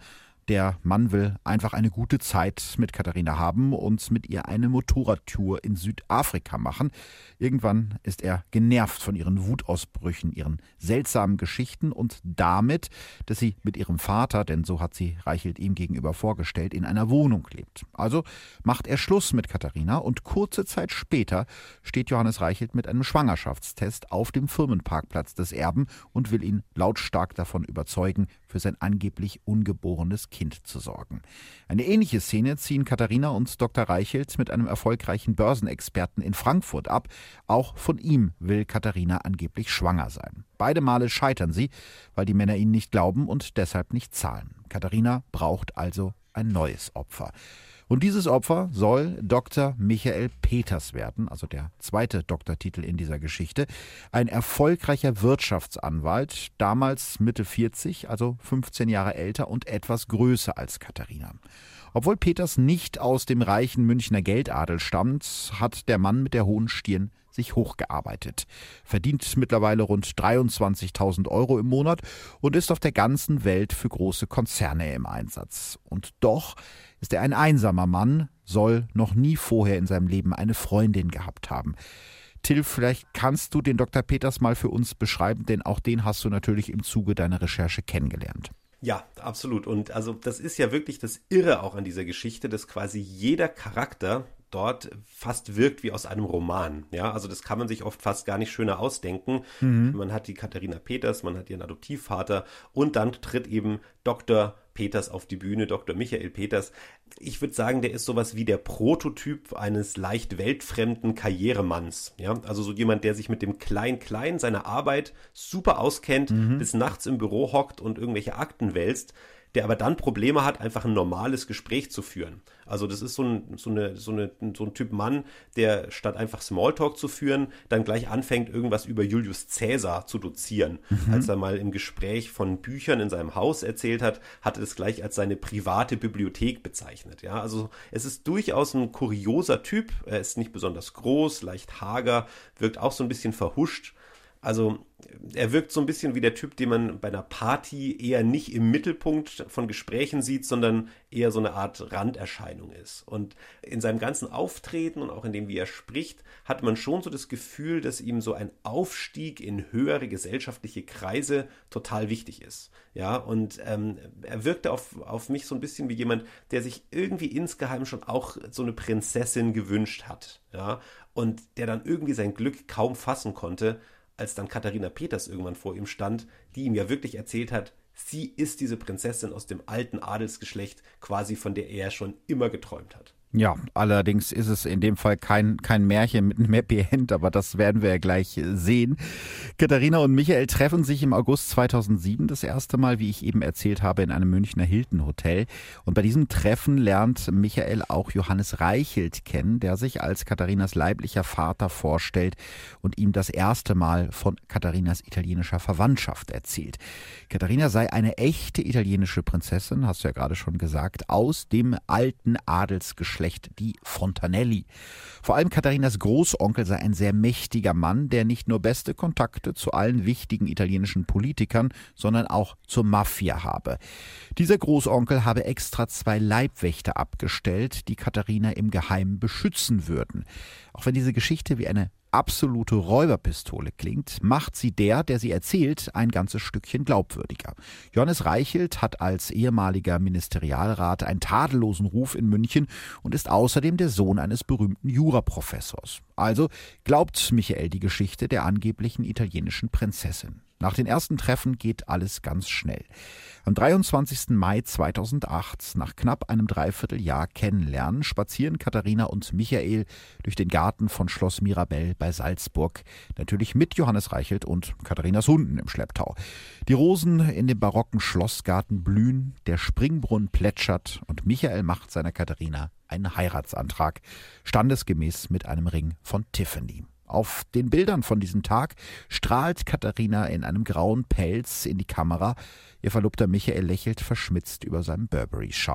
Der Mann will einfach eine gute Zeit mit Katharina haben und mit ihr eine Motorradtour in Südafrika machen. Irgendwann ist er genervt von ihren Wutausbrüchen, ihren seltsamen Geschichten und damit, dass sie mit ihrem Vater, denn so hat sie Reichelt ihm gegenüber vorgestellt, in einer Wohnung lebt. Also macht er Schluss mit Katharina und kurze Zeit später steht Johannes Reichelt mit einem Schwangerschaftstest auf dem Firmenparkplatz des Erben und will ihn lautstark davon überzeugen, für sein angeblich ungeborenes Kind zu sorgen. Eine ähnliche Szene ziehen Katharina und Doktor Reichelt mit einem erfolgreichen Börsenexperten in Frankfurt ab. Auch von ihm will Katharina angeblich schwanger sein. Beide Male scheitern sie, weil die Männer ihnen nicht glauben und deshalb nicht zahlen. Katharina braucht also ein neues Opfer. Und dieses Opfer soll Doktor Michael Peters werden, also der zweite Doktortitel in dieser Geschichte. Ein erfolgreicher Wirtschaftsanwalt, damals Mitte vierzig, also fünfzehn Jahre älter und etwas größer als Katharina. Obwohl Peters nicht aus dem reichen Münchner Geldadel stammt, hat der Mann mit der hohen Stirn sich hochgearbeitet, verdient mittlerweile rund dreiundzwanzigtausend Euro im Monat und ist auf der ganzen Welt für große Konzerne im Einsatz. Und doch ist er ein einsamer Mann, soll noch nie vorher in seinem Leben eine Freundin gehabt haben. Till, vielleicht kannst du den Doktor Peters mal für uns beschreiben, denn auch den hast du natürlich im Zuge deiner Recherche kennengelernt. Ja, absolut. Und also das ist ja wirklich das Irre auch an dieser Geschichte, dass quasi jeder Charakter dort fast wirkt wie aus einem Roman. Ja, also das kann man sich oft fast gar nicht schöner ausdenken. Mhm. Man hat die Katharina Peters, man hat ihren Adoptivvater und dann tritt eben Doktor Peters auf die Bühne, Doktor Michael Peters. Ich würde sagen, der ist sowas wie der Prototyp eines leicht weltfremden Karrieremanns. Ja, also so jemand, der sich mit dem Klein-Klein seiner Arbeit super auskennt, mhm. bis nachts im Büro hockt und irgendwelche Akten wälzt, der aber dann Probleme hat, einfach ein normales Gespräch zu führen. Also das ist so ein, so eine, so eine, so ein Typ Mann, der statt einfach Smalltalk zu führen, dann gleich anfängt, irgendwas über Julius Caesar zu dozieren. Mhm. Als er mal im Gespräch von Büchern in seinem Haus erzählt hat, hat er es gleich als seine private Bibliothek bezeichnet. Ja, also es ist durchaus ein kurioser Typ. Er ist nicht besonders groß, leicht hager, wirkt auch so ein bisschen verhuscht. Also er wirkt so ein bisschen wie der Typ, den man bei einer Party eher nicht im Mittelpunkt von Gesprächen sieht, sondern eher so eine Art Randerscheinung ist. Und in seinem ganzen Auftreten und auch in dem, wie er spricht, hat man schon so das Gefühl, dass ihm so ein Aufstieg in höhere gesellschaftliche Kreise total wichtig ist. Ja, und ähm, er wirkte auf, auf mich so ein bisschen wie jemand, der sich irgendwie insgeheim schon auch so eine Prinzessin gewünscht hat. Ja, und der dann irgendwie sein Glück kaum fassen konnte, als dann Katharina Peters irgendwann vor ihm stand, die ihm ja wirklich erzählt hat, sie ist diese Prinzessin aus dem alten Adelsgeschlecht, quasi von der er schon immer geträumt hat. Ja, allerdings ist es in dem Fall kein, kein Märchen mit einem Happy End, aber das werden wir ja gleich sehen. Katharina und Michael treffen sich im August zweitausendsieben das erste Mal, wie ich eben erzählt habe, in einem Münchner Hilton Hotel. Und bei diesem Treffen lernt Michael auch Johannes Reichelt kennen, der sich als Katharinas leiblicher Vater vorstellt und ihm das erste Mal von Katharinas italienischer Verwandtschaft erzählt. Katharina sei eine echte italienische Prinzessin, hast du ja gerade schon gesagt, aus dem alten Adelsgeschlecht, die Fontanelli. Vor allem Katharinas Großonkel sei ein sehr mächtiger Mann, der nicht nur beste Kontakte zu allen wichtigen italienischen Politikern, sondern auch zur Mafia habe. Dieser Großonkel habe extra zwei Leibwächter abgestellt, die Katharina im Geheimen beschützen würden. Auch wenn diese Geschichte wie eine absolute Räuberpistole klingt, macht sie der, der sie erzählt, ein ganzes Stückchen glaubwürdiger. Johannes Reichelt hat als ehemaliger Ministerialrat einen tadellosen Ruf in München und ist außerdem der Sohn eines berühmten Juraprofessors. Also glaubt Michael die Geschichte der angeblichen italienischen Prinzessin. Nach den ersten Treffen geht alles ganz schnell. Am dreiundzwanzigsten Mai zweitausendacht, nach knapp einem Dreivierteljahr Kennenlernen, spazieren Katharina und Michael durch den Garten von Schloss Mirabell bei Salzburg, natürlich mit Johannes Reichelt und Katharinas Hunden im Schlepptau. Die Rosen in dem barocken Schlossgarten blühen, der Springbrunnen plätschert und Michael macht seiner Katharina einen Heiratsantrag, standesgemäß mit einem Ring von Tiffany. Auf den Bildern von diesem Tag strahlt Katharina in einem grauen Pelz in die Kamera. Ihr Verlobter Michael lächelt verschmitzt über seinem Burberry-Schal.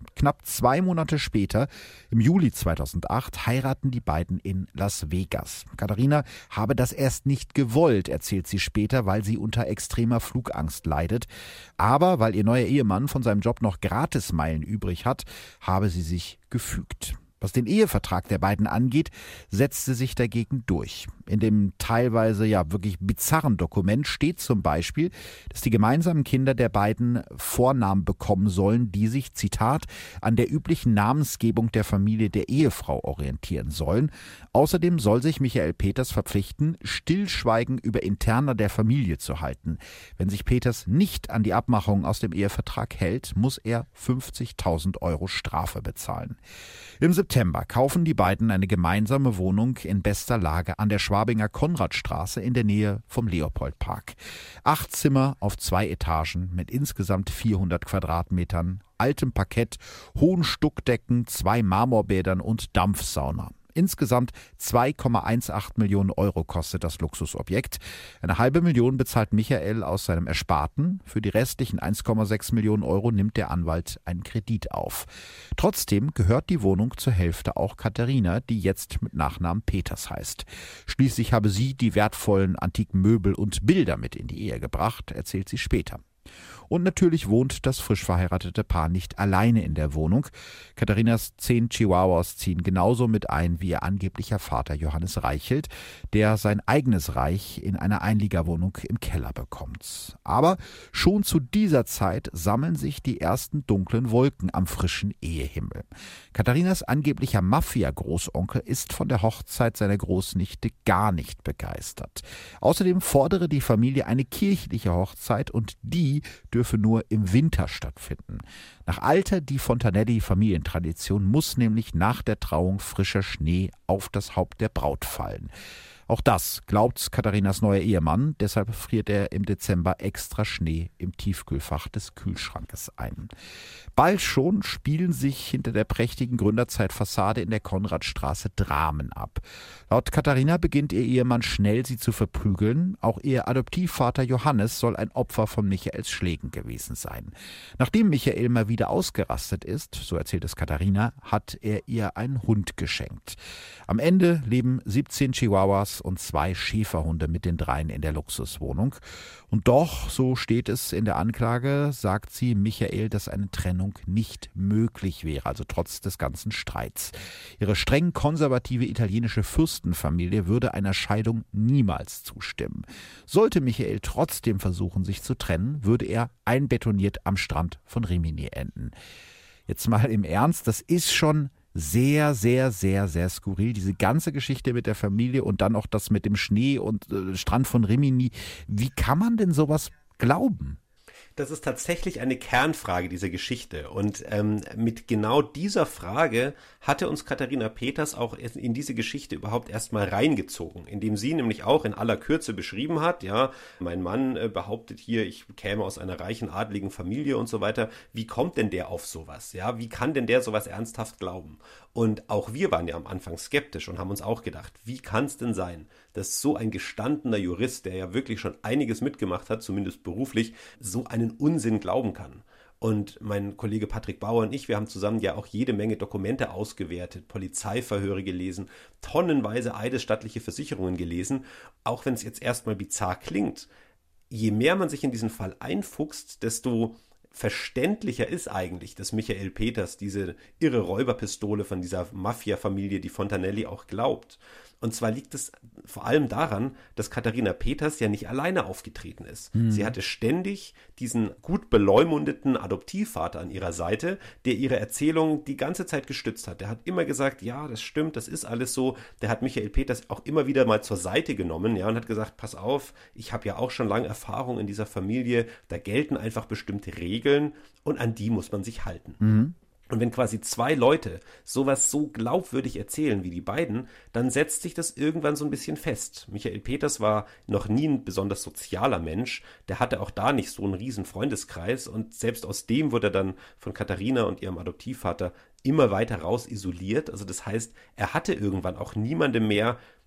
Knapp zwei Monate später, im Juli zweitausendacht, heiraten die beiden in Las Vegas. Katharina habe das erst nicht gewollt, erzählt sie später, weil sie unter extremer Flugangst leidet. Aber weil ihr neuer Ehemann von seinem Job noch Gratismeilen übrig hat, habe sie sich gefügt. Was den Ehevertrag der beiden angeht, setzt sie sich dagegen durch. In dem teilweise ja wirklich bizarren Dokument steht zum Beispiel, dass die gemeinsamen Kinder der beiden Vornamen bekommen sollen, die sich, Zitat, an der üblichen Namensgebung der Familie der Ehefrau orientieren sollen. Außerdem soll sich Michael Peters verpflichten, Stillschweigen über Interna der Familie zu halten. Wenn sich Peters nicht an die Abmachungen aus dem Ehevertrag hält, muss er fünfzigtausend Euro Strafe bezahlen. Im September kaufen die beiden eine gemeinsame Wohnung in bester Lage an der Schwabinger Konradstraße in der Nähe vom Leopoldpark. Acht Zimmer auf zwei Etagen mit insgesamt vierhundert Quadratmetern, altem Parkett, hohen Stuckdecken, zwei Marmorbädern und Dampfsauna. Insgesamt zwei Komma achtzehn Millionen Euro kostet das Luxusobjekt. Eine halbe Million bezahlt Michael aus seinem Ersparten. Für die restlichen eins Komma sechs Millionen Euro nimmt der Anwalt einen Kredit auf. Trotzdem gehört die Wohnung zur Hälfte auch Katharina, die jetzt mit Nachnamen Peters heißt. Schließlich habe sie die wertvollen antiken Möbel und Bilder mit in die Ehe gebracht, erzählt sie später. Und natürlich wohnt das frisch verheiratete Paar nicht alleine in der Wohnung. Katharinas zehn Chihuahuas ziehen genauso mit ein wie ihr angeblicher Vater Johannes Reichelt, der sein eigenes Reich in einer Einliegerwohnung im Keller bekommt. Aber schon zu dieser Zeit sammeln sich die ersten dunklen Wolken am frischen Ehehimmel. Katharinas angeblicher Mafia-Großonkel ist von der Hochzeit seiner Großnichte gar nicht begeistert. Außerdem fordere die Familie eine kirchliche Hochzeit und die dürfe nur im Winter stattfinden. Nach alter Di Fontanelli-Familientradition muss nämlich nach der Trauung frischer Schnee auf das Haupt der Braut fallen. Auch das glaubt Katharinas neuer Ehemann, deshalb friert er im Dezember extra Schnee im Tiefkühlfach des Kühlschrankes ein. Bald schon spielen sich hinter der prächtigen Gründerzeitfassade in der Konradstraße Dramen ab. Laut Katharina beginnt ihr Ehemann schnell, sie zu verprügeln. Auch ihr Adoptivvater Johannes soll ein Opfer von Michaels Schlägen gewesen sein. Nachdem Michael mal wieder ausgerastet ist, so erzählt es Katharina, hat er ihr einen Hund geschenkt. Am Ende leben siebzehn Chihuahuas und zwei Schäferhunde mit den dreien in der Luxuswohnung. Und doch, so steht es in der Anklage, sagt sie Michael, dass eine Trennung nicht möglich wäre, also trotz des ganzen Streits. Ihre streng konservative italienische Fürstenfamilie würde einer Scheidung niemals zustimmen. Sollte Michael trotzdem versuchen, sich zu trennen, würde er einbetoniert am Strand von Rimini enden. Jetzt mal im Ernst, das ist schon sehr, sehr, sehr, sehr skurril. Diese ganze Geschichte mit der Familie und dann auch das mit dem Schnee und äh, Strand von Rimini. Wie kann man denn sowas glauben? Das ist tatsächlich eine Kernfrage dieser Geschichte. Und ähm, mit genau dieser Frage hatte uns Katharina Peters auch in diese Geschichte überhaupt erstmal reingezogen, indem sie nämlich auch in aller Kürze beschrieben hat, ja, mein Mann äh, behauptet hier, ich käme aus einer reichen, adligen Familie und so weiter. Wie kommt denn der auf sowas? Ja, wie kann denn der sowas ernsthaft glauben? Und auch wir waren ja am Anfang skeptisch und haben uns auch gedacht, wie kann es denn sein, dass so ein gestandener Jurist, der ja wirklich schon einiges mitgemacht hat, zumindest beruflich, so einen Unsinn glauben kann. Und mein Kollege Patrick Bauer und ich, wir haben zusammen ja auch jede Menge Dokumente ausgewertet, Polizeiverhöre gelesen, tonnenweise eidesstattliche Versicherungen gelesen. Auch wenn es jetzt erstmal bizarr klingt, je mehr man sich in diesen Fall einfuchst, desto verständlicher ist eigentlich, dass Michael Peters diese irre Räuberpistole von dieser Mafia-Familie, die Fontanelli, auch glaubt. Und zwar liegt es vor allem daran, dass Katharina Peters ja nicht alleine aufgetreten ist. Mhm. Sie hatte ständig diesen gut beleumundeten Adoptivvater an ihrer Seite, der ihre Erzählung die ganze Zeit gestützt hat. Der hat immer gesagt, ja, das stimmt, das ist alles so. Der hat Michael Peters auch immer wieder mal zur Seite genommen, ja, und hat gesagt, pass auf, ich habe ja auch schon lange Erfahrung in dieser Familie, da gelten einfach bestimmte Regeln und an die muss man sich halten. Mhm. Und wenn quasi zwei Leute sowas so glaubwürdig erzählen wie die beiden, dann setzt sich das irgendwann so ein bisschen fest. Michael Peters war noch nie ein besonders sozialer Mensch, der hatte auch da nicht so einen riesen Freundeskreis und selbst aus dem wurde er dann von Katharina und ihrem Adoptivvater immer weiter raus isoliert. Also das heißt, er hatte irgendwann auch niemanden mehr,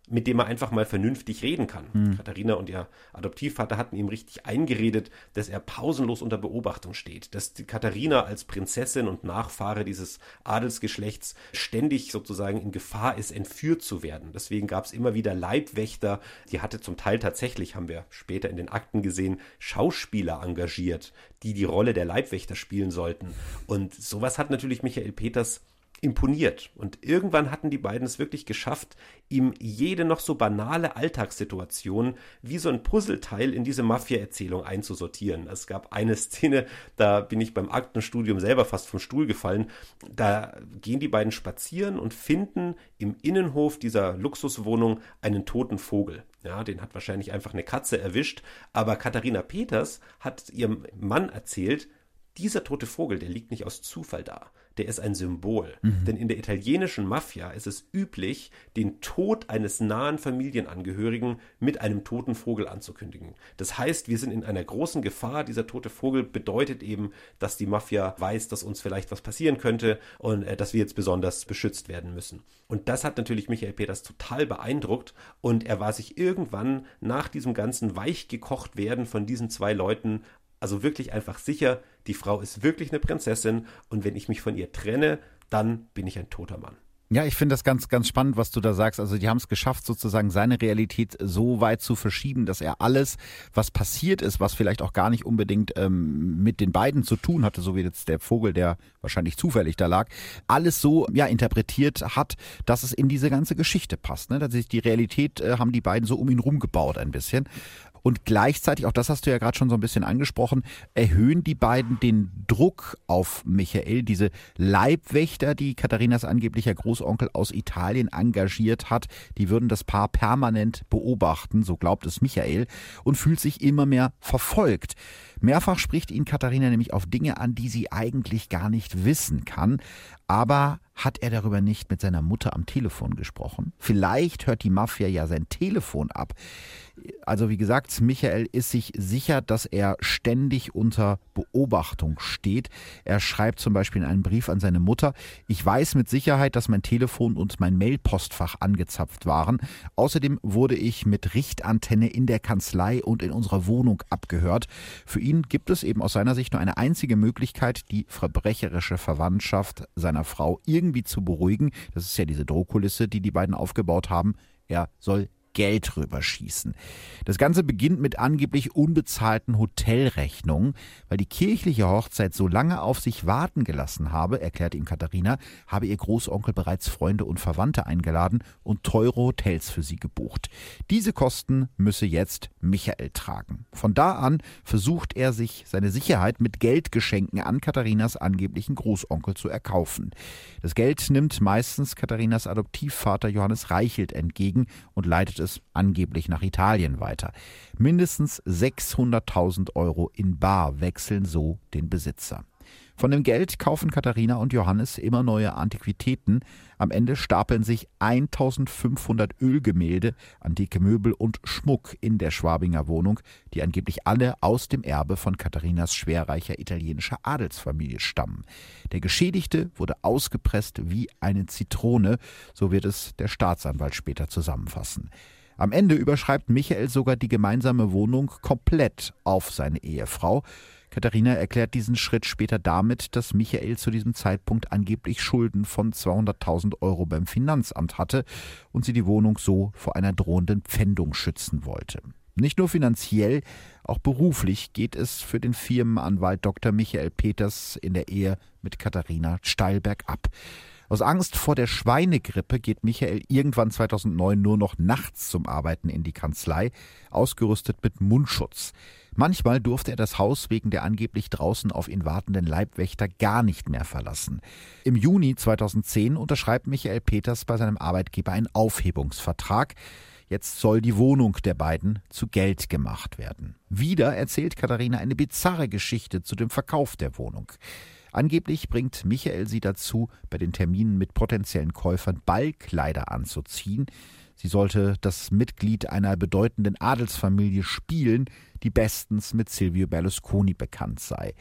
mit dem er einfach mal vernünftig reden kann. Mhm. Katharina und ihr Adoptivvater hatten ihm richtig eingeredet, dass er pausenlos unter Beobachtung steht, dass die Katharina als Prinzessin und Nachfahre dieses Adelsgeschlechts ständig sozusagen in Gefahr ist, entführt zu werden. Deswegen gab es immer wieder Leibwächter, die hatte zum Teil tatsächlich, haben wir später in den Akten gesehen, Schauspieler engagiert, die die Rolle der Leibwächter spielen sollten. Und sowas hat natürlich Michael Peters imponiert. Und irgendwann hatten die beiden es wirklich geschafft, ihm jede noch so banale Alltagssituation wie so ein Puzzleteil in diese Mafia-Erzählung einzusortieren. Es gab eine Szene, da bin ich beim Aktenstudium selber fast vom Stuhl gefallen. Da gehen die beiden spazieren und finden im Innenhof dieser Luxuswohnung einen toten Vogel. Ja, den hat wahrscheinlich einfach eine Katze erwischt. Aber Katharina Peters hat ihrem Mann erzählt, dieser tote Vogel, der liegt nicht aus Zufall da. Der ist ein Symbol. Mhm. Denn in der italienischen Mafia ist es üblich, den Tod eines nahen Familienangehörigen mit einem toten Vogel anzukündigen. Das heißt, wir sind in einer großen Gefahr. Dieser tote Vogel bedeutet eben, dass die Mafia weiß, dass uns vielleicht was passieren könnte und äh, dass wir jetzt besonders beschützt werden müssen. Und das hat natürlich Michael Peters total beeindruckt und er war sich irgendwann nach diesem ganzen weichgekocht werden von diesen zwei Leuten also wirklich einfach sicher, die Frau ist wirklich eine Prinzessin und wenn ich mich von ihr trenne, dann bin ich ein toter Mann. Ja, ich finde das ganz, ganz spannend, was du da sagst. Also die haben es geschafft, sozusagen seine Realität so weit zu verschieben, dass er alles, was passiert ist, was vielleicht auch gar nicht unbedingt ähm, mit den beiden zu tun hatte, so wie jetzt der Vogel, der wahrscheinlich zufällig da lag, alles so ja interpretiert hat, dass es in diese ganze Geschichte passt. Ne? Dass sich die Realität äh, haben die beiden so um ihn rumgebaut ein bisschen. Und gleichzeitig, auch das hast du ja gerade schon so ein bisschen angesprochen, erhöhen die beiden den Druck auf Michael. Diese Leibwächter, die Katharinas angeblicher Großonkel aus Italien engagiert hat, die würden das Paar permanent beobachten, so glaubt es Michael, und fühlt sich immer mehr verfolgt. Mehrfach spricht ihn Katharina nämlich auf Dinge an, die sie eigentlich gar nicht wissen kann. Aber hat er darüber nicht mit seiner Mutter am Telefon gesprochen? Vielleicht hört die Mafia ja sein Telefon ab. Also wie gesagt, Michael ist sich sicher, dass er ständig unter Beobachtung steht. Er schreibt zum Beispiel in einem Brief an seine Mutter: Ich weiß mit Sicherheit, dass mein Telefon und mein Mailpostfach angezapft waren. Außerdem wurde ich mit Richtantenne in der Kanzlei und in unserer Wohnung abgehört. Für ihn gibt es eben aus seiner Sicht nur eine einzige Möglichkeit, die verbrecherische Verwandtschaft seiner Frau irgendwie zu beruhigen. Das ist ja diese Drohkulisse, die die beiden aufgebaut haben. Er soll Geld rüberschießen. Das Ganze beginnt mit angeblich unbezahlten Hotelrechnungen. Weil die kirchliche Hochzeit so lange auf sich warten gelassen habe, erklärt ihm Katharina, habe ihr Großonkel bereits Freunde und Verwandte eingeladen und teure Hotels für sie gebucht. Diese Kosten müsse jetzt Michael tragen. Von da an versucht er sich seine Sicherheit mit Geldgeschenken an Katharinas angeblichen Großonkel zu erkaufen. Das Geld nimmt meistens Katharinas Adoptivvater Johannes Reichelt entgegen und leitet es angeblich nach Italien weiter. Mindestens sechshunderttausend Euro in bar wechseln so den Besitzer. Von dem Geld kaufen Katharina und Johannes immer neue Antiquitäten. Am Ende stapeln sich eintausendfünfhundert Ölgemälde, antike Möbel und Schmuck in der Schwabinger Wohnung, die angeblich alle aus dem Erbe von Katharinas schwerreicher italienischer Adelsfamilie stammen. Der Geschädigte wurde ausgepresst wie eine Zitrone, so wird es der Staatsanwalt später zusammenfassen. Am Ende überschreibt Michael sogar die gemeinsame Wohnung komplett auf seine Ehefrau. Katharina erklärt diesen Schritt später damit, dass Michael zu diesem Zeitpunkt angeblich Schulden von zweihunderttausend Euro beim Finanzamt hatte und sie die Wohnung so vor einer drohenden Pfändung schützen wollte. Nicht nur finanziell, auch beruflich geht es für den Firmenanwalt Doktor Michael Peters in der Ehe mit Katharina steil bergab. Aus Angst vor der Schweinegrippe geht Michael irgendwann zweitausendneun nur noch nachts zum Arbeiten in die Kanzlei, ausgerüstet mit Mundschutz. Manchmal durfte er das Haus wegen der angeblich draußen auf ihn wartenden Leibwächter gar nicht mehr verlassen. Im Juni zweitausendzehn unterschreibt Michael Peters bei seinem Arbeitgeber einen Aufhebungsvertrag. Jetzt soll die Wohnung der beiden zu Geld gemacht werden. Wieder erzählt Katharina eine bizarre Geschichte zu dem Verkauf der Wohnung. Angeblich bringt Michael sie dazu, bei den Terminen mit potenziellen Käufern Ballkleider anzuziehen. Sie sollte das Mitglied einer bedeutenden Adelsfamilie spielen, die bestens mit Silvio Berlusconi bekannt sei.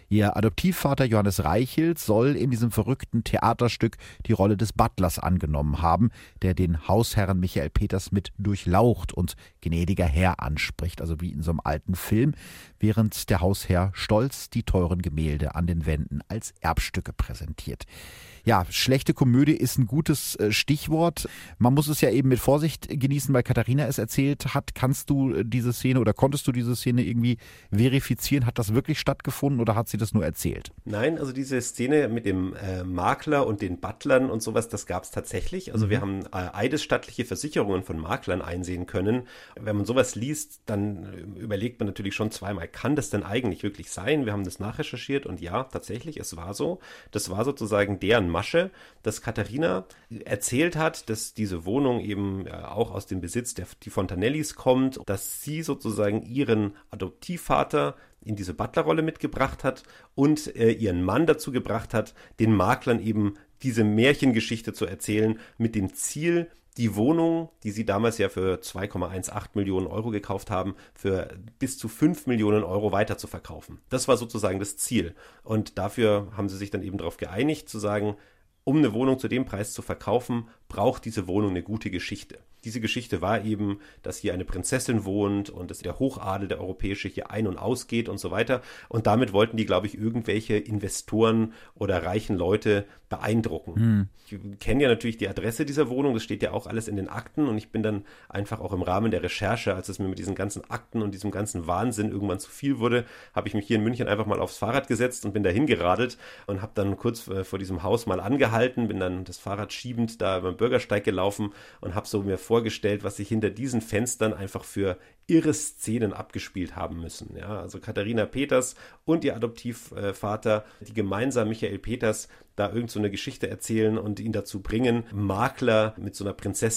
Ihr Adoptivvater Johannes Reichelt soll in diesem verrückten Theaterstück die Rolle des Butlers angenommen haben, der den Hausherrn Michael Peters mit durchlaucht und gnädiger Herr anspricht, also wie in so einem alten Film, während der Hausherr stolz die teuren Gemälde an den Wänden als Erbstücke präsentiert. Ja, schlechte Komödie ist ein gutes Stichwort. Man muss es ja eben mit Vorsicht genießen, weil Katharina es erzählt hat. Kannst du diese Szene oder konntest du diese Szene irgendwie verifizieren? Hat das wirklich stattgefunden oder hat sie das nur erzählt? Nein, also diese Szene mit dem äh, Makler und den Butlern und sowas, das gab es tatsächlich. Also mhm. wir haben äh, eidesstattliche Versicherungen von Maklern einsehen können. Wenn man sowas liest, dann äh, überlegt man natürlich schon zweimal, kann das denn eigentlich wirklich sein? Wir haben das nachrecherchiert und ja, tatsächlich, es war so. Das war sozusagen deren Masche, dass Katharina erzählt hat, dass diese Wohnung eben auch aus dem Besitz der die Fontanellis kommt, dass sie sozusagen ihren Adoptivvater in diese Butlerrolle mitgebracht hat und äh, ihren Mann dazu gebracht hat, den Maklern eben diese Märchengeschichte zu erzählen, mit dem Ziel, die Wohnung, die sie damals ja für zwei Komma achtzehn Millionen Euro gekauft haben, für bis zu fünf Millionen Euro weiter zu verkaufen. Das war sozusagen das Ziel. Und dafür haben sie sich dann eben darauf geeinigt, zu sagen, um eine Wohnung zu dem Preis zu verkaufen, braucht diese Wohnung eine gute Geschichte. Diese Geschichte war eben, dass hier eine Prinzessin wohnt und dass der Hochadel, der europäische, hier ein- und ausgeht und so weiter. Und damit wollten die, glaube ich, irgendwelche Investoren oder reichen Leute beeindrucken. Hm. Ich kenne ja natürlich die Adresse dieser Wohnung, das steht ja auch alles in den Akten und ich bin dann einfach auch im Rahmen der Recherche, als es mir mit diesen ganzen Akten und diesem ganzen Wahnsinn irgendwann zu viel wurde, habe ich mich hier in München einfach mal aufs Fahrrad gesetzt und bin da hingeradelt und habe dann kurz vor diesem Haus mal angehalten, bin dann das Fahrrad schiebend da beim Bürgersteig gelaufen und habe so mir vorgestellt, was sich hinter diesen Fenstern einfach für irre Szenen abgespielt haben müssen. Ja, also Katharina Peters und ihr Adoptivvater, die gemeinsam Michael Peters da irgend so eine Geschichte erzählen und ihn dazu bringen, Makler mit so einer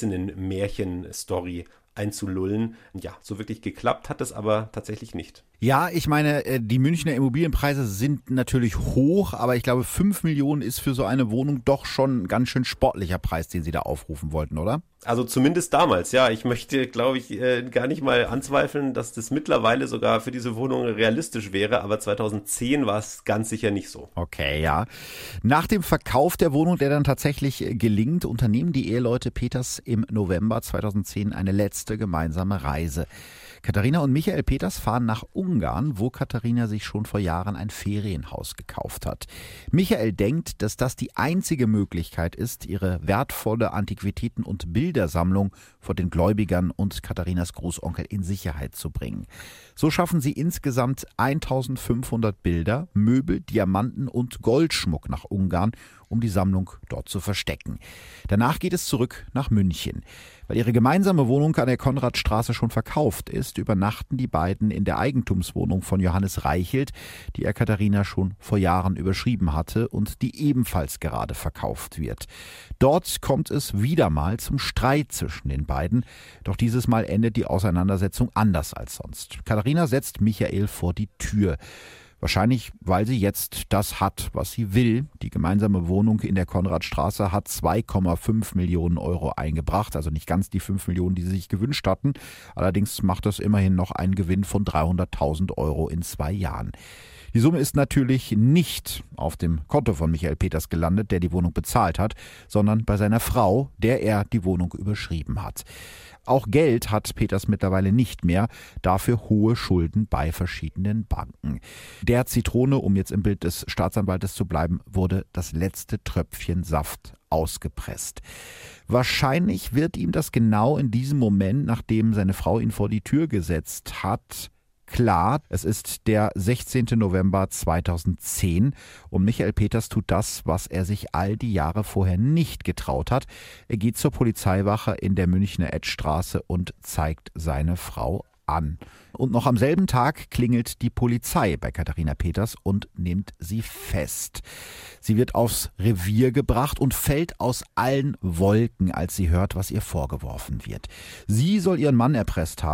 Prinzessinnen-Märchen-Story einzulullen. Ja, so wirklich geklappt hat es aber tatsächlich nicht. Ja, ich meine, die Münchner Immobilienpreise sind natürlich hoch, aber ich glaube, fünf Millionen ist für so eine Wohnung doch schon ein ganz schön sportlicher Preis, den Sie da aufrufen wollten, oder? Also zumindest damals, ja. Ich möchte, glaube ich, gar nicht mal anzweifeln, dass das mittlerweile sogar für diese Wohnung realistisch wäre, aber zweitausendzehn war es ganz sicher nicht so. Okay, ja. Nach dem Verkauf der Wohnung, der dann tatsächlich gelingt, unternehmen die Eheleute Peters im November zweitausendzehn eine letzte gemeinsame Reise. Katharina und Michael Peters fahren nach Ungarn, wo Katharina sich schon vor Jahren ein Ferienhaus gekauft hat. Michael denkt, dass das die einzige Möglichkeit ist, ihre wertvolle Antiquitäten- und Bildersammlung vor den Gläubigern und Katharinas Großonkel in Sicherheit zu bringen. So schaffen sie insgesamt eintausendfünfhundert Bilder, Möbel, Diamanten und Goldschmuck nach Ungarn, um die Sammlung dort zu verstecken. Danach geht es zurück nach München. Weil ihre gemeinsame Wohnung an der Konradstraße schon verkauft ist, übernachten die beiden in der Eigentumswohnung von Johannes Reichelt, die er Katharina schon vor Jahren überschrieben hatte und die ebenfalls gerade verkauft wird. Dort kommt es wieder mal zum Streit zwischen den beiden, doch dieses Mal endet die Auseinandersetzung anders als sonst. Katharina setzt Michael vor die Tür. Wahrscheinlich, weil sie jetzt das hat, was sie will. Die gemeinsame Wohnung in der Konradstraße hat zwei Komma fünf Millionen Euro eingebracht, also nicht ganz die fünf Millionen, die sie sich gewünscht hatten. Allerdings macht das immerhin noch einen Gewinn von dreihunderttausend Euro in zwei Jahren. Die Summe ist natürlich nicht auf dem Konto von Michael Peters gelandet, der die Wohnung bezahlt hat, sondern bei seiner Frau, der er die Wohnung überschrieben hat. Auch Geld hat Peters mittlerweile nicht mehr, dafür hohe Schulden bei verschiedenen Banken. Der Zitrone, um jetzt im Bild des Staatsanwaltes zu bleiben, wurde das letzte Tröpfchen Saft ausgepresst. Wahrscheinlich wird ihm das genau in diesem Moment, nachdem seine Frau ihn vor die Tür gesetzt hat, klar. Es ist der sechzehnten November zweitausendzehn und Michael Peters tut das, was er sich all die Jahre vorher nicht getraut hat. Er geht zur Polizeiwache in der Münchner Edstraße und zeigt seine Frau an. Und noch am selben Tag klingelt die Polizei bei Katharina Peters und nimmt sie fest. Sie wird aufs Revier gebracht und fällt aus allen Wolken, als sie hört, was ihr vorgeworfen wird. Sie soll ihren Mann erpresst haben,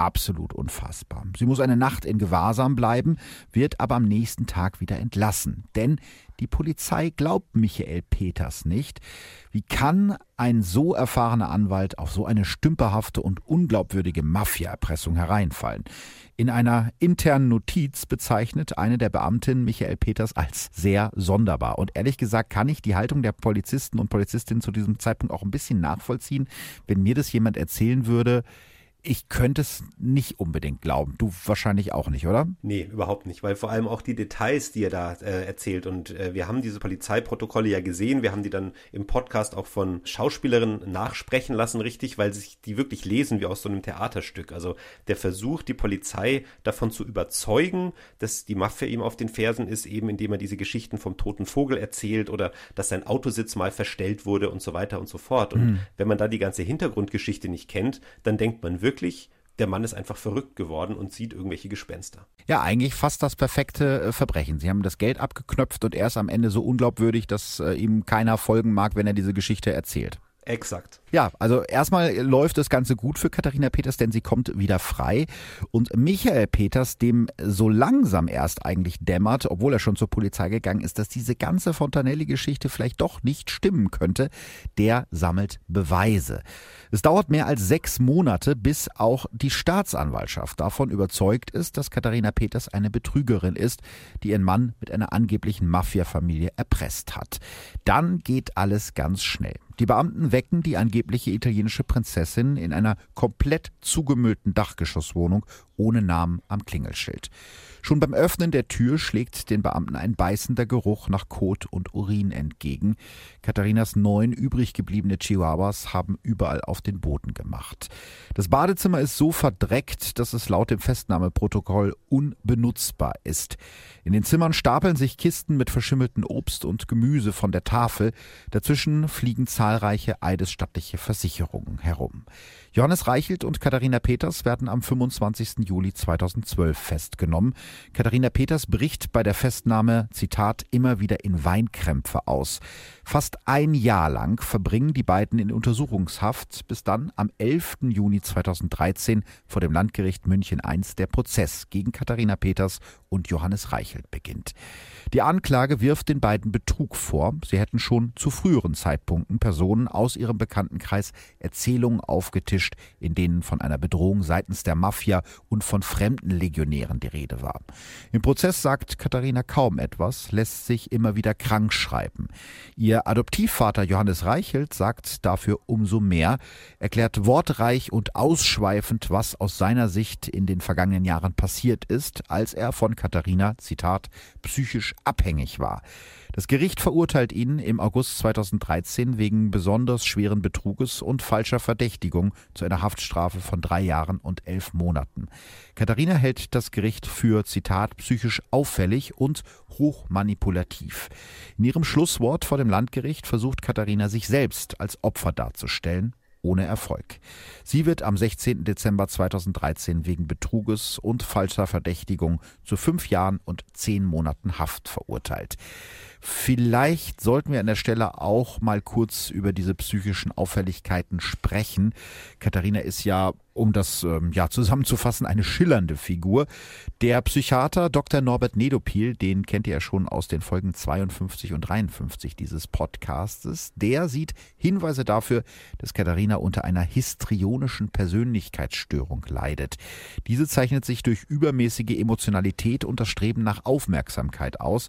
absolut unfassbar. Sie muss eine Nacht in Gewahrsam bleiben, wird aber am nächsten Tag wieder entlassen. Denn die Polizei glaubt Michael Peters nicht. Wie kann ein so erfahrener Anwalt auf so eine stümperhafte und unglaubwürdige Mafia-Erpressung hereinfallen? In einer internen Notiz bezeichnet eine der Beamtinnen Michael Peters als sehr sonderbar. Und ehrlich gesagt kann ich die Haltung der Polizisten und Polizistinnen zu diesem Zeitpunkt auch ein bisschen nachvollziehen. Wenn mir das jemand erzählen würde, ich könnte es nicht unbedingt glauben. Du wahrscheinlich auch nicht, oder? Nee, überhaupt nicht, weil vor allem auch die Details, die er da äh, erzählt, und äh, wir haben diese Polizeiprotokolle ja gesehen, wir haben die dann im Podcast auch von Schauspielerinnen nachsprechen lassen, richtig, weil sich die wirklich lesen wie aus so einem Theaterstück. Also der Versuch, die Polizei davon zu überzeugen, dass die Mafia ihm auf den Fersen ist, eben indem er diese Geschichten vom toten Vogel erzählt oder dass sein Autositz mal verstellt wurde und so weiter und so fort. Und mhm. wenn man da die ganze Hintergrundgeschichte nicht kennt, dann denkt man wirklich, Wirklich, der Mann ist einfach verrückt geworden und sieht irgendwelche Gespenster. Ja, eigentlich fast das perfekte Verbrechen. Sie haben das Geld abgeknöpft und er ist am Ende so unglaubwürdig, dass äh, ihm keiner folgen mag, wenn er diese Geschichte erzählt. Exakt. Ja, also erstmal läuft das Ganze gut für Katharina Peters, denn sie kommt wieder frei. Und Michael Peters, dem so langsam erst eigentlich dämmert, obwohl er schon zur Polizei gegangen ist, dass diese ganze Fontanelli-Geschichte vielleicht doch nicht stimmen könnte, der sammelt Beweise. Es dauert mehr als sechs Monate, bis auch die Staatsanwaltschaft davon überzeugt ist, dass Katharina Peters eine Betrügerin ist, die ihren Mann mit einer angeblichen Mafia-Familie erpresst hat. Dann geht alles ganz schnell. Die Beamten wecken die angebliche italienische Prinzessin in einer komplett zugemüllten Dachgeschosswohnung ohne Namen am Klingelschild. Schon beim Öffnen der Tür schlägt den Beamten ein beißender Geruch nach Kot und Urin entgegen. Katharinas neun übrig gebliebene Chihuahuas haben überall auf den Boden gemacht. Das Badezimmer ist so verdreckt, dass es laut dem Festnahmeprotokoll unbenutzbar ist. In den Zimmern stapeln sich Kisten mit verschimmeltem Obst und Gemüse von der Tafel. Dazwischen fliegen zahlreiche eidesstattliche Versicherungen herum. Johannes Reichelt und Katharina Peters werden am fünfundzwanzigsten Juli zweitausendzwölf festgenommen. Katharina Peters bricht bei der Festnahme, Zitat, immer wieder in Weinkrämpfe aus. Fast ein Jahr lang verbringen die beiden in Untersuchungshaft, bis dann am elften Juni zweitausenddreizehn vor dem Landgericht München eins der Prozess gegen Katharina Peters und Johannes Reichelt beginnt. Die Anklage wirft den beiden Betrug vor. Sie hätten schon zu früheren Zeitpunkten Personen aus ihrem Bekanntenkreis Erzählungen aufgetischt, in denen von einer Bedrohung seitens der Mafia und von fremden Legionären die Rede war. Im Prozess sagt Katharina kaum etwas, lässt sich immer wieder krank schreiben. Ihr Adoptivvater Johannes Reichelt sagt dafür umso mehr, erklärt wortreich und ausschweifend, was aus seiner Sicht in den vergangenen Jahren passiert ist, als er von Katharina, Zitat, psychisch abhängig war. Das Gericht verurteilt ihn im August zweitausenddreizehn wegen besonders schweren Betruges und falscher Verdächtigung zu einer Haftstrafe von drei Jahren und elf Monaten. Katharina hält das Gericht für, Zitat, psychisch auffällig und hochmanipulativ. In ihrem Schlusswort vor dem Landgericht versucht Katharina, sich selbst als Opfer darzustellen. Ohne Erfolg. Sie wird am sechzehnten Dezember zweitausenddreizehn wegen Betruges und falscher Verdächtigung zu fünf Jahren und zehn Monaten Haft verurteilt. Vielleicht sollten wir an der Stelle auch mal kurz über diese psychischen Auffälligkeiten sprechen. Katharina ist ja, um das ähm, ja zusammenzufassen, eine schillernde Figur. Der Psychiater Doktor Norbert Nedopil, den kennt ihr ja schon aus den Folgen zweiundfünfzig und dreiundfünfzig dieses Podcastes, der sieht Hinweise dafür, dass Katharina unter einer histrionischen Persönlichkeitsstörung leidet. Diese zeichnet sich durch übermäßige Emotionalität und das Streben nach Aufmerksamkeit aus.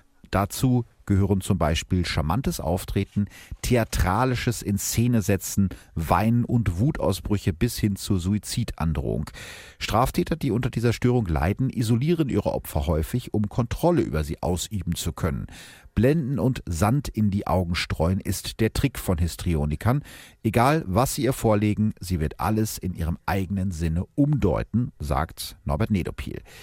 Dazu gehören zum Beispiel charmantes Auftreten, theatralisches Inszenesetzen, Weinen und Wutausbrüche bis hin zur Suizidandrohung. Straftäter, die unter dieser Störung leiden, isolieren ihre Opfer häufig, um Kontrolle über sie ausüben zu können. Blenden und Sand in die Augen streuen ist der Trick von Histrionikern. Egal, was sie ihr vorlegen, sie wird alles in ihrem eigenen Sinne umdeuten, sagt Norbert Nedopil.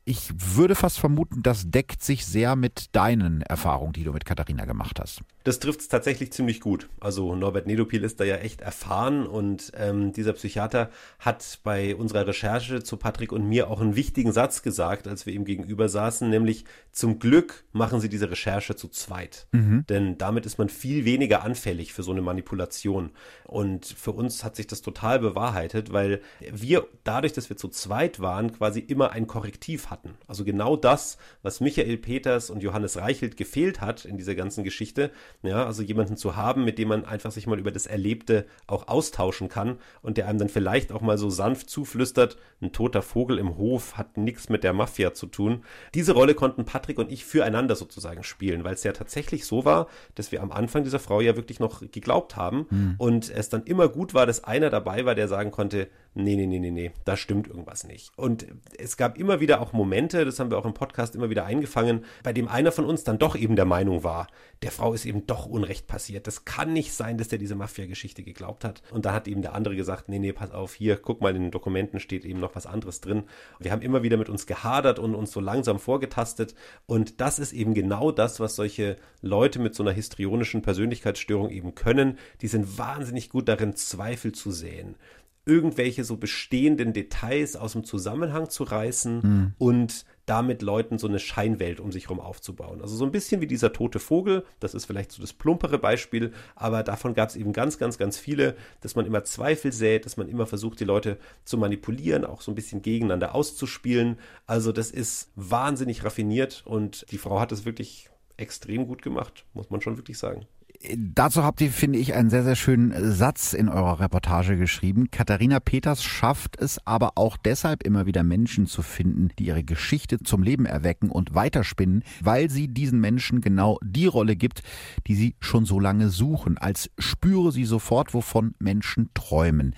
Ich würde fast vermuten, das deckt sich sehr mit deinen Erfahrungen, die du mit Katharina gemacht hast. Das trifft es tatsächlich ziemlich gut. Also Norbert Nedopil ist da ja echt erfahren und ähm, dieser Psychiater hat bei unserer Recherche zu Patrick und mir auch einen wichtigen Satz gesagt, als wir ihm gegenüber saßen, nämlich: Zum Glück machen Sie diese Recherche zu zweit. Mhm. Denn damit ist man viel weniger anfällig für so eine Manipulation. Und für uns hat sich das total bewahrheitet, weil wir dadurch, dass wir zu zweit waren, quasi immer ein Korrektiv hatten. Also genau das, was Michael Peters und Johannes Reichelt gefehlt hat in dieser ganzen Geschichte. Ja, also jemanden zu haben, mit dem man einfach sich mal über das Erlebte auch austauschen kann und der einem dann vielleicht auch mal so sanft zuflüstert, ein toter Vogel im Hof hat nichts mit der Mafia zu tun. Diese Rolle konnten Patrick und ich füreinander sozusagen spielen, weil es ja tatsächlich so war, dass wir am Anfang dieser Frau ja wirklich noch geglaubt haben mhm. und es dann immer gut war, dass einer dabei war, der sagen konnte, nee, nee, nee, nee, nee, da stimmt irgendwas nicht. Und es gab immer wieder auch Momente, das haben wir auch im Podcast immer wieder eingefangen, bei dem einer von uns dann doch eben der Meinung war, der Frau ist eben doch Unrecht passiert. Das kann nicht sein, dass der diese Mafia-Geschichte geglaubt hat. Und da hat eben der andere gesagt, nee, nee, pass auf, hier, guck mal, in den Dokumenten steht eben noch was anderes drin. Wir haben immer wieder mit uns gehadert und uns so langsam vorgetastet. Und das ist eben genau das, was solche Leute mit so einer histrionischen Persönlichkeitsstörung eben können. Die sind wahnsinnig gut darin, Zweifel zu säen, irgendwelche so bestehenden Details aus dem Zusammenhang zu reißen mhm. und damit Leuten so eine Scheinwelt um sich herum aufzubauen. Also so ein bisschen wie dieser tote Vogel, das ist vielleicht so das plumpere Beispiel, aber davon gab es eben ganz, ganz, ganz viele, dass man immer Zweifel sät, dass man immer versucht, die Leute zu manipulieren, auch so ein bisschen gegeneinander auszuspielen. Also das ist wahnsinnig raffiniert und die Frau hat es wirklich extrem gut gemacht, muss man schon wirklich sagen. Dazu habt ihr, finde ich, einen sehr, sehr schönen Satz in eurer Reportage geschrieben. Katharina Peters schafft es aber auch deshalb immer wieder Menschen zu finden, die ihre Geschichte zum Leben erwecken und weiterspinnen, weil sie diesen Menschen genau die Rolle gibt, die sie schon so lange suchen, als spüre sie sofort, wovon Menschen träumen.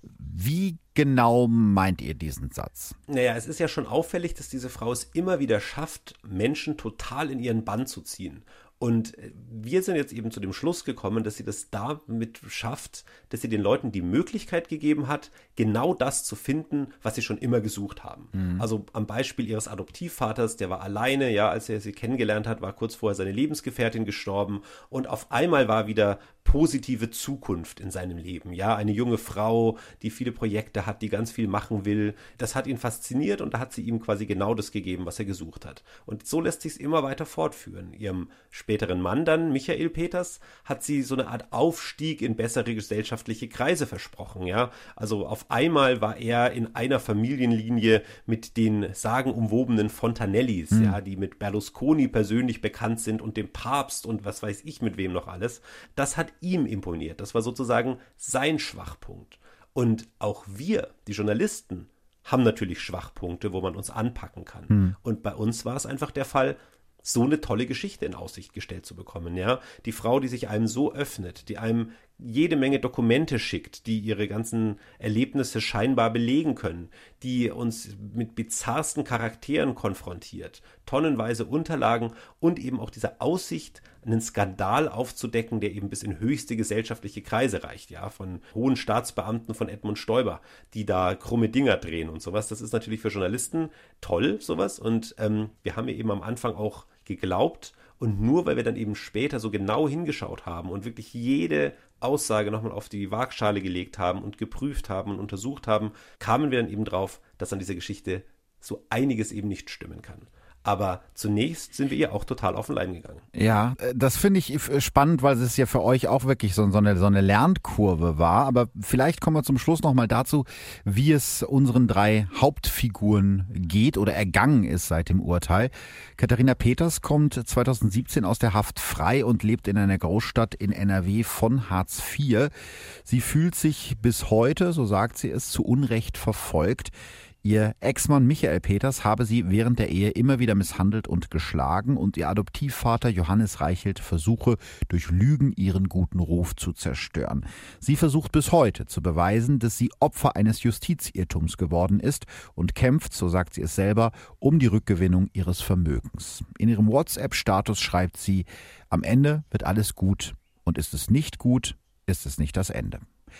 Wie genau meint ihr diesen Satz? Naja, es ist ja schon auffällig, dass diese Frau es immer wieder schafft, Menschen total in ihren Bann zu ziehen. Und wir sind jetzt eben zu dem Schluss gekommen, dass sie das damit schafft, dass sie den Leuten die Möglichkeit gegeben hat, genau das zu finden, was sie schon immer gesucht haben. Mhm. Also am Beispiel ihres Adoptivvaters, der war alleine, ja, als er sie kennengelernt hat, war kurz vorher seine Lebensgefährtin gestorben und auf einmal war wieder positive Zukunft in seinem Leben. Ja, eine junge Frau, die viele Projekte hat, die ganz viel machen will. Das hat ihn fasziniert und da hat sie ihm quasi genau das gegeben, was er gesucht hat. Und so lässt sich es immer weiter fortführen. Ihrem späteren Mann dann, Michael Peters, hat sie so eine Art Aufstieg in bessere gesellschaftliche Kreise versprochen. Ja, also auf einmal war er in einer Familienlinie mit den sagenumwobenen Fontanellis, mhm. ja, die mit Berlusconi persönlich bekannt sind und dem Papst und was weiß ich mit wem noch alles. Das hat ihm imponiert. Das war sozusagen sein Schwachpunkt. Und auch wir, die Journalisten, haben natürlich Schwachpunkte, wo man uns anpacken kann. Hm. Und bei uns war es einfach der Fall, so eine tolle Geschichte in Aussicht gestellt zu bekommen. Ja? Die Frau, die sich einem so öffnet, die einem jede Menge Dokumente schickt, die ihre ganzen Erlebnisse scheinbar belegen können, die uns mit bizarrsten Charakteren konfrontiert, tonnenweise Unterlagen und eben auch diese Aussicht, einen Skandal aufzudecken, der eben bis in höchste gesellschaftliche Kreise reicht, ja, von hohen Staatsbeamten von Edmund Stoiber, die da krumme Dinger drehen und sowas. Das ist natürlich für Journalisten toll, sowas. Und ähm, wir haben ja eben am Anfang auch geglaubt, und nur weil wir dann eben später so genau hingeschaut haben und wirklich jede Aussage nochmal auf die Waagschale gelegt haben und geprüft haben und untersucht haben, kamen wir dann eben drauf, dass an dieser Geschichte so einiges eben nicht stimmen kann. Aber zunächst sind wir ihr auch total auf den Leim gegangen. Ja, das finde ich spannend, weil es ja für euch auch wirklich so, so, eine, so eine Lernkurve war. Aber vielleicht kommen wir zum Schluss nochmal dazu, wie es unseren drei Hauptfiguren geht oder ergangen ist seit dem Urteil. Katharina Peters kommt zweitausendsiebzehn aus der Haft frei und lebt in einer Großstadt in N R W von Hartz vier. Sie fühlt sich bis heute, so sagt sie es, zu Unrecht verfolgt. Ihr Ex-Mann Michael Peters habe sie während der Ehe immer wieder misshandelt und geschlagen und ihr Adoptivvater Johannes Reichelt versuche, durch Lügen ihren guten Ruf zu zerstören. Sie versucht bis heute zu beweisen, dass sie Opfer eines Justizirrtums geworden ist und kämpft, so sagt sie es selber, um die Rückgewinnung ihres Vermögens. In ihrem WhatsApp-Status schreibt sie, am Ende wird alles gut und ist es nicht gut, ist es nicht das Ende.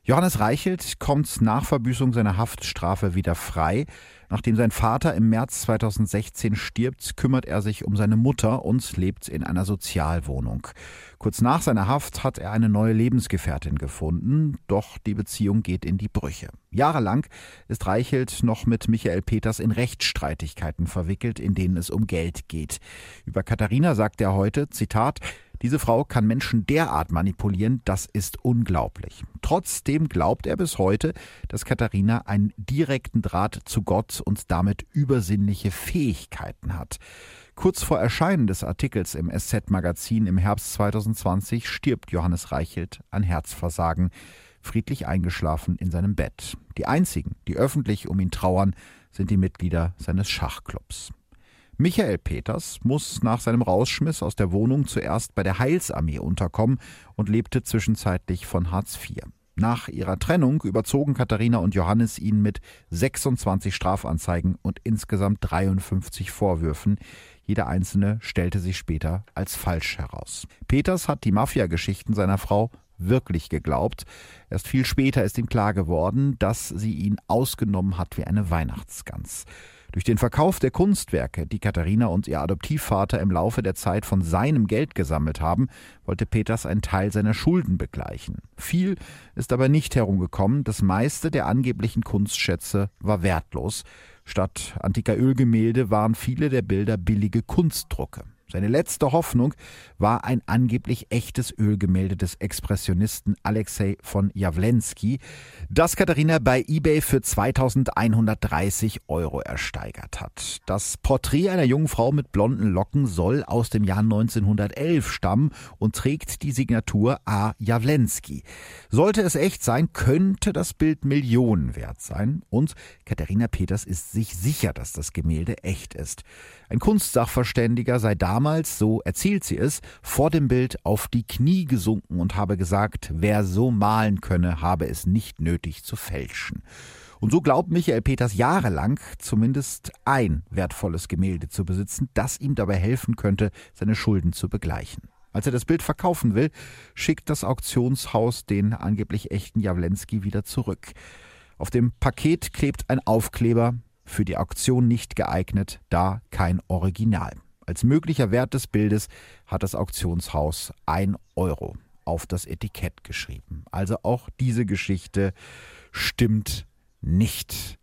Johannes Reichelt kommt nach Verbüßung seiner Haftstrafe wieder frei. Nachdem sein Vater im März zweitausendsechzehn stirbt, kümmert er sich um seine Mutter und lebt in einer Sozialwohnung. Kurz nach seiner Haft hat er eine neue Lebensgefährtin gefunden, doch die Beziehung geht in die Brüche. Jahrelang ist Reichelt noch mit Michael Peters in Rechtsstreitigkeiten verwickelt, in denen es um Geld geht. Über Katharina sagt er heute, Zitat, diese Frau kann Menschen derart manipulieren, das ist unglaublich. Trotzdem glaubt er bis heute, dass Katharina einen direkten Draht zu Gott und damit übersinnliche Fähigkeiten hat. Kurz vor Erscheinen des Artikels im S Z-Magazin im Herbst zweitausendzwanzig stirbt Johannes Reichelt an Herzversagen, friedlich eingeschlafen in seinem Bett. Die einzigen, die öffentlich um ihn trauern, sind die Mitglieder seines Schachclubs. Michael Peters muss nach seinem Rausschmiss aus der Wohnung zuerst bei der Heilsarmee unterkommen und lebte zwischenzeitlich von Hartz vier. Nach ihrer Trennung überzogen Katharina und Johannes ihn mit sechsundzwanzig Strafanzeigen und insgesamt dreiundfünfzig Vorwürfen. Jeder einzelne stellte sich später als falsch heraus. Peters hat die Mafia-Geschichten seiner Frau wirklich geglaubt. Erst viel später ist ihm klar geworden, dass sie ihn ausgenommen hat wie eine Weihnachtsgans. Durch den Verkauf der Kunstwerke, die Katharina und ihr Adoptivvater im Laufe der Zeit von seinem Geld gesammelt haben, wollte Peters einen Teil seiner Schulden begleichen. Viel ist aber nicht herumgekommen, das meiste der angeblichen Kunstschätze war wertlos. Statt antiker Ölgemälde waren viele der Bilder billige Kunstdrucke. Seine letzte Hoffnung war ein angeblich echtes Ölgemälde des Expressionisten Alexei von Jawlensky, das Katharina bei eBay für zweitausendeinhundertdreißig Euro ersteigert hat. Das Porträt einer jungen Frau mit blonden Locken soll aus dem Jahr neunzehnhundertelf stammen und trägt die Signatur A. Jawlensky. Sollte es echt sein, könnte das Bild Millionen wert sein. Und Katharina Peters ist sich sicher, dass das Gemälde echt ist. Ein Kunstsachverständiger sei damals, so erzählt sie es, vor dem Bild auf die Knie gesunken und habe gesagt, wer so malen könne, habe es nicht nötig zu fälschen. Und so glaubt Michael Peters jahrelang zumindest ein wertvolles Gemälde zu besitzen, das ihm dabei helfen könnte, seine Schulden zu begleichen. Als er das Bild verkaufen will, schickt das Auktionshaus den angeblich echten Jawlensky wieder zurück. Auf dem Paket klebt ein Aufkleber: für die Auktion nicht geeignet, da kein Original. Als möglicher Wert des Bildes hat das Auktionshaus ein Euro auf das Etikett geschrieben. Also auch diese Geschichte stimmt nicht.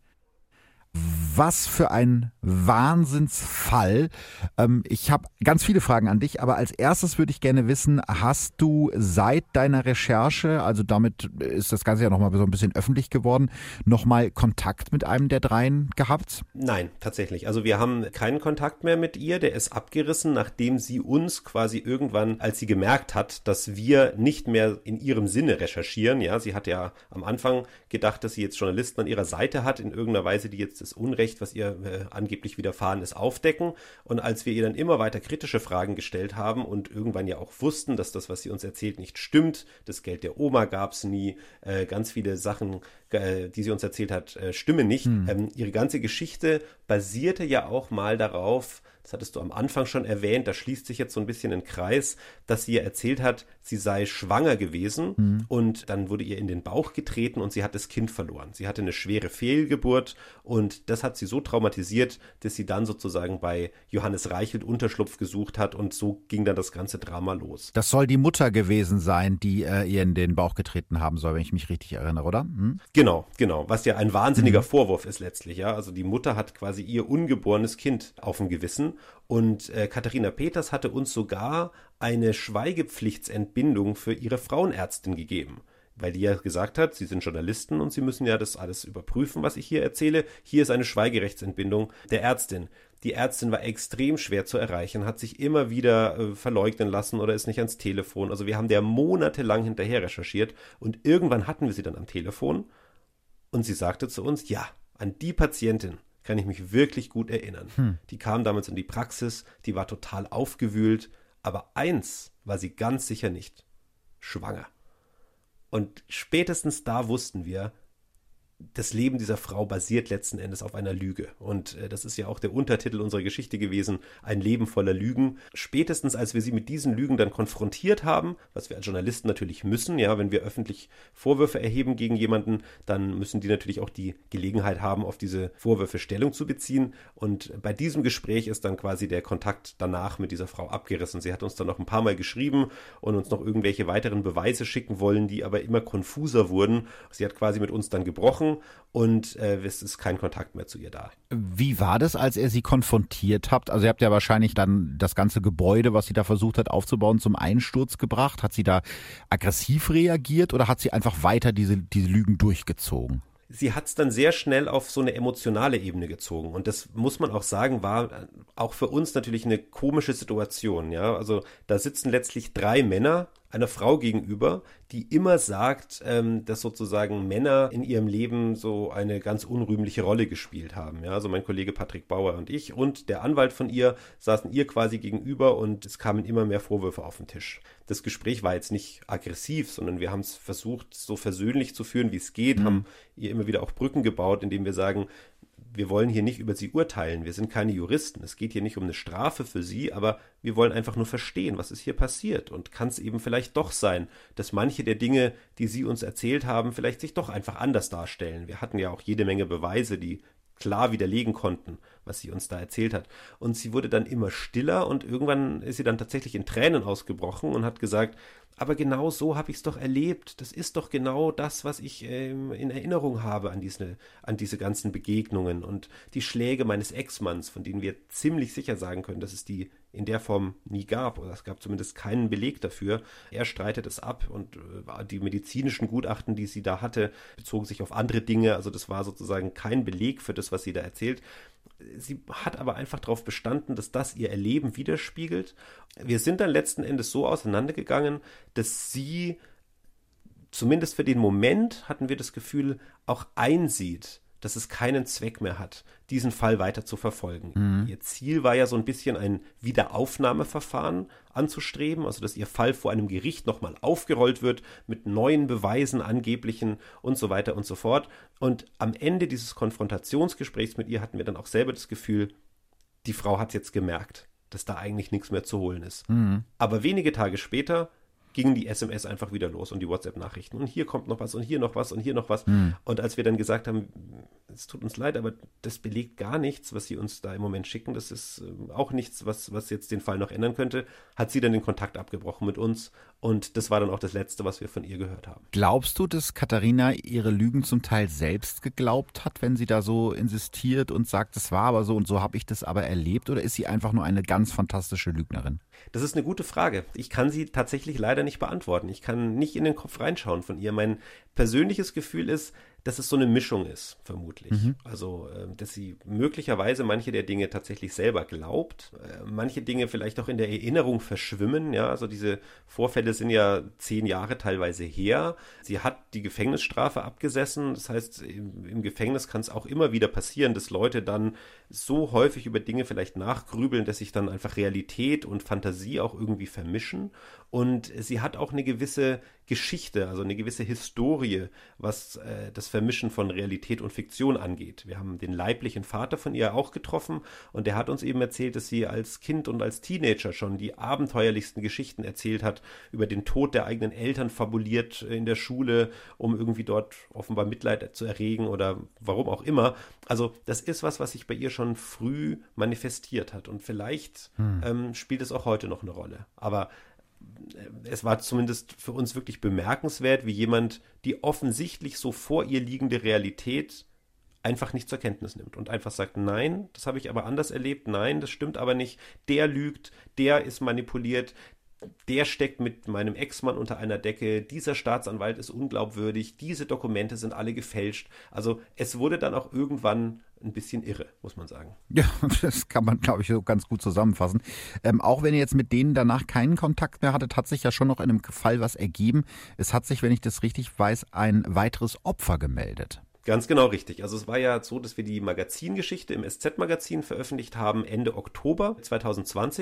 Was für ein Wahnsinnsfall. Ähm, ich habe ganz viele Fragen an dich, aber als erstes würde ich gerne wissen, hast du seit deiner Recherche, also damit ist das Ganze ja nochmal so ein bisschen öffentlich geworden, nochmal Kontakt mit einem der dreien gehabt? Nein, tatsächlich. Also wir haben keinen Kontakt mehr mit ihr. Der ist abgerissen, nachdem sie uns quasi irgendwann, als sie gemerkt hat, dass wir nicht mehr in ihrem Sinne recherchieren. Ja, sie hat ja am Anfang gedacht, dass sie jetzt Journalisten an ihrer Seite hat, in irgendeiner Weise, die jetzt das Unrecht, was ihr äh, angeblich widerfahren ist, aufdecken. Und als wir ihr dann immer weiter kritische Fragen gestellt haben und irgendwann ja auch wussten, dass das, was sie uns erzählt, nicht stimmt, das Geld der Oma gab es nie, äh, ganz viele Sachen, äh, die sie uns erzählt hat, äh, stimmen nicht. Hm. Ähm, ihre ganze Geschichte basierte ja auch mal darauf, das hattest du am Anfang schon erwähnt, da schließt sich jetzt so ein bisschen ein Kreis, dass sie ihr erzählt hat, sie sei schwanger gewesen mhm. und dann wurde ihr in den Bauch getreten und sie hat das Kind verloren. Sie hatte eine schwere Fehlgeburt und das hat sie so traumatisiert, dass sie dann sozusagen bei Johannes Reichelt Unterschlupf gesucht hat und so ging dann das ganze Drama los. Das soll die Mutter gewesen sein, die äh, ihr in den Bauch getreten haben soll, wenn ich mich richtig erinnere, oder? Hm? Genau, genau, was ja ein wahnsinniger mhm. Vorwurf ist letztlich. Ja, also die Mutter hat quasi ihr ungeborenes Kind auf dem Gewissen. Und äh, Katharina Peters hatte uns sogar eine Schweigepflichtsentbindung für ihre Frauenärztin gegeben, weil die ja gesagt hat, sie sind Journalisten und sie müssen ja das alles überprüfen, was ich hier erzähle. Hier ist eine Schweigerechtsentbindung der Ärztin. Die Ärztin war extrem schwer zu erreichen, hat sich immer wieder äh, verleugnen lassen oder ist nicht ans Telefon. Also wir haben der monatelang hinterher recherchiert und irgendwann hatten wir sie dann am Telefon und sie sagte zu uns, ja, an die Patientin kann ich mich wirklich gut erinnern. Hm. Die kam damals in die Praxis, die war total aufgewühlt, aber eins war sie ganz sicher nicht: schwanger. Und spätestens da wussten wir, das Leben dieser Frau basiert letzten Endes auf einer Lüge. Und äh, das ist ja auch der Untertitel unserer Geschichte gewesen, ein Leben voller Lügen. Spätestens, als wir sie mit diesen Lügen dann konfrontiert haben, was wir als Journalisten natürlich müssen, ja, wenn wir öffentlich Vorwürfe erheben gegen jemanden, dann müssen die natürlich auch die Gelegenheit haben, auf diese Vorwürfe Stellung zu beziehen. Und bei diesem Gespräch ist dann quasi der Kontakt danach mit dieser Frau abgerissen. Sie hat uns dann noch ein paar Mal geschrieben und uns noch irgendwelche weiteren Beweise schicken wollen, die aber immer konfuser wurden. Sie hat quasi mit uns dann gebrochen und äh, es ist kein Kontakt mehr zu ihr da. Wie war das, als ihr sie konfrontiert habt? Also ihr habt ja wahrscheinlich dann das ganze Gebäude, was sie da versucht hat aufzubauen, zum Einsturz gebracht. Hat sie da aggressiv reagiert oder hat sie einfach weiter diese, diese Lügen durchgezogen? Sie hat es dann sehr schnell auf so eine emotionale Ebene gezogen. Und das muss man auch sagen, war auch für uns natürlich eine komische Situation. Ja, also da sitzen letztlich drei Männer einer Frau gegenüber, die immer sagt, ähm, dass sozusagen Männer in ihrem Leben so eine ganz unrühmliche Rolle gespielt haben. Ja, also mein Kollege Patrick Bauer und ich und der Anwalt von ihr saßen ihr quasi gegenüber und es kamen immer mehr Vorwürfe auf den Tisch. Das Gespräch war jetzt nicht aggressiv, sondern wir haben es versucht, so versöhnlich zu führen, wie es geht, mhm. haben ihr immer wieder auch Brücken gebaut, indem wir sagen, wir wollen hier nicht über sie urteilen, wir sind keine Juristen, es geht hier nicht um eine Strafe für sie, aber wir wollen einfach nur verstehen, was ist hier passiert und kann es eben vielleicht doch sein, dass manche der Dinge, die sie uns erzählt haben, vielleicht sich doch einfach anders darstellen. Wir hatten ja auch jede Menge Beweise, die klar widerlegen konnten, was sie uns da erzählt hat. Und sie wurde dann immer stiller und irgendwann ist sie dann tatsächlich in Tränen ausgebrochen und hat gesagt, aber genau so habe ich es doch erlebt. Das ist doch genau das, was ich ähm, in Erinnerung habe an diese, an diese ganzen Begegnungen und die Schläge meines Ex-Manns, von denen wir ziemlich sicher sagen können, dass es die in der Form nie gab oder es gab zumindest keinen Beleg dafür. Er streitet es ab und äh, die medizinischen Gutachten, die sie da hatte, bezogen sich auf andere Dinge. Also das war sozusagen kein Beleg für das, was sie da erzählt. Sie hat aber einfach darauf bestanden, dass das ihr Erleben widerspiegelt. Wir sind dann letzten Endes so auseinandergegangen, dass sie, zumindest für den Moment, hatten wir das Gefühl, auch einsieht, dass es keinen Zweck mehr hat, diesen Fall weiter zu verfolgen. Mhm. Ihr Ziel war ja so ein bisschen ein Wiederaufnahmeverfahren anzustreben, also dass ihr Fall vor einem Gericht nochmal aufgerollt wird mit neuen Beweisen, angeblichen und so weiter und so fort. Und am Ende dieses Konfrontationsgesprächs mit ihr hatten wir dann auch selber das Gefühl, die Frau hat es jetzt gemerkt, dass da eigentlich nichts mehr zu holen ist. Mhm. Aber wenige Tage später gingen die S M S einfach wieder los und die WhatsApp-Nachrichten. Und hier kommt noch was und hier noch was und hier noch was. Mhm. Und als wir dann gesagt haben, es tut uns leid, aber das belegt gar nichts, was sie uns da im Moment schicken. Das ist auch nichts, was, was jetzt den Fall noch ändern könnte. Hat sie dann den Kontakt abgebrochen mit uns. Und das war dann auch das Letzte, was wir von ihr gehört haben. Glaubst du, dass Katharina ihre Lügen zum Teil selbst geglaubt hat, wenn sie da so insistiert und sagt, das war aber so und so habe ich das aber erlebt? Oder ist sie einfach nur eine ganz fantastische Lügnerin? Das ist eine gute Frage. Ich kann sie tatsächlich leider nicht beantworten. Ich kann nicht in den Kopf reinschauen von ihr. Mein persönliches Gefühl ist, dass es so eine Mischung ist, vermutlich. Mhm. Also, dass sie möglicherweise manche der Dinge tatsächlich selber glaubt, manche Dinge vielleicht auch in der Erinnerung verschwimmen. Ja, also diese Vorfälle sind ja zehn Jahre teilweise her. Sie hat die Gefängnisstrafe abgesessen. Das heißt, im, im Gefängnis kann es auch immer wieder passieren, dass Leute dann so häufig über Dinge vielleicht nachgrübeln, dass sich dann einfach Realität und Fantasie auch irgendwie vermischen. Und sie hat auch eine gewisse Geschichte, also eine gewisse Historie, was äh, das Vermischen von Realität und Fiktion angeht. Wir haben den leiblichen Vater von ihr auch getroffen und der hat uns eben erzählt, dass sie als Kind und als Teenager schon die abenteuerlichsten Geschichten erzählt hat, über den Tod der eigenen Eltern fabuliert in der Schule, um irgendwie dort offenbar Mitleid zu erregen oder warum auch immer. Also das ist was, was sich bei ihr schon früh manifestiert hat und vielleicht hm. ähm, spielt es auch heute noch eine Rolle. Aber es war zumindest für uns wirklich bemerkenswert, wie jemand die offensichtlich so vor ihr liegende Realität einfach nicht zur Kenntnis nimmt und einfach sagt, nein, das habe ich aber anders erlebt, nein, das stimmt aber nicht, der lügt, der ist manipuliert, der steckt mit meinem Ex-Mann unter einer Decke, dieser Staatsanwalt ist unglaubwürdig, diese Dokumente sind alle gefälscht. Also es wurde dann auch irgendwann ein bisschen irre, muss man sagen. Ja, das kann man, glaube ich, so ganz gut zusammenfassen. Ähm, auch wenn ihr jetzt mit denen danach keinen Kontakt mehr hattet, hat sich ja schon noch in einem Fall was ergeben. Es hat sich, wenn ich das richtig weiß, ein weiteres Opfer gemeldet. Ganz genau richtig. Also es war ja so, dass wir die Magazingeschichte im S Z-Magazin veröffentlicht haben Ende Oktober zwanzig zwanzig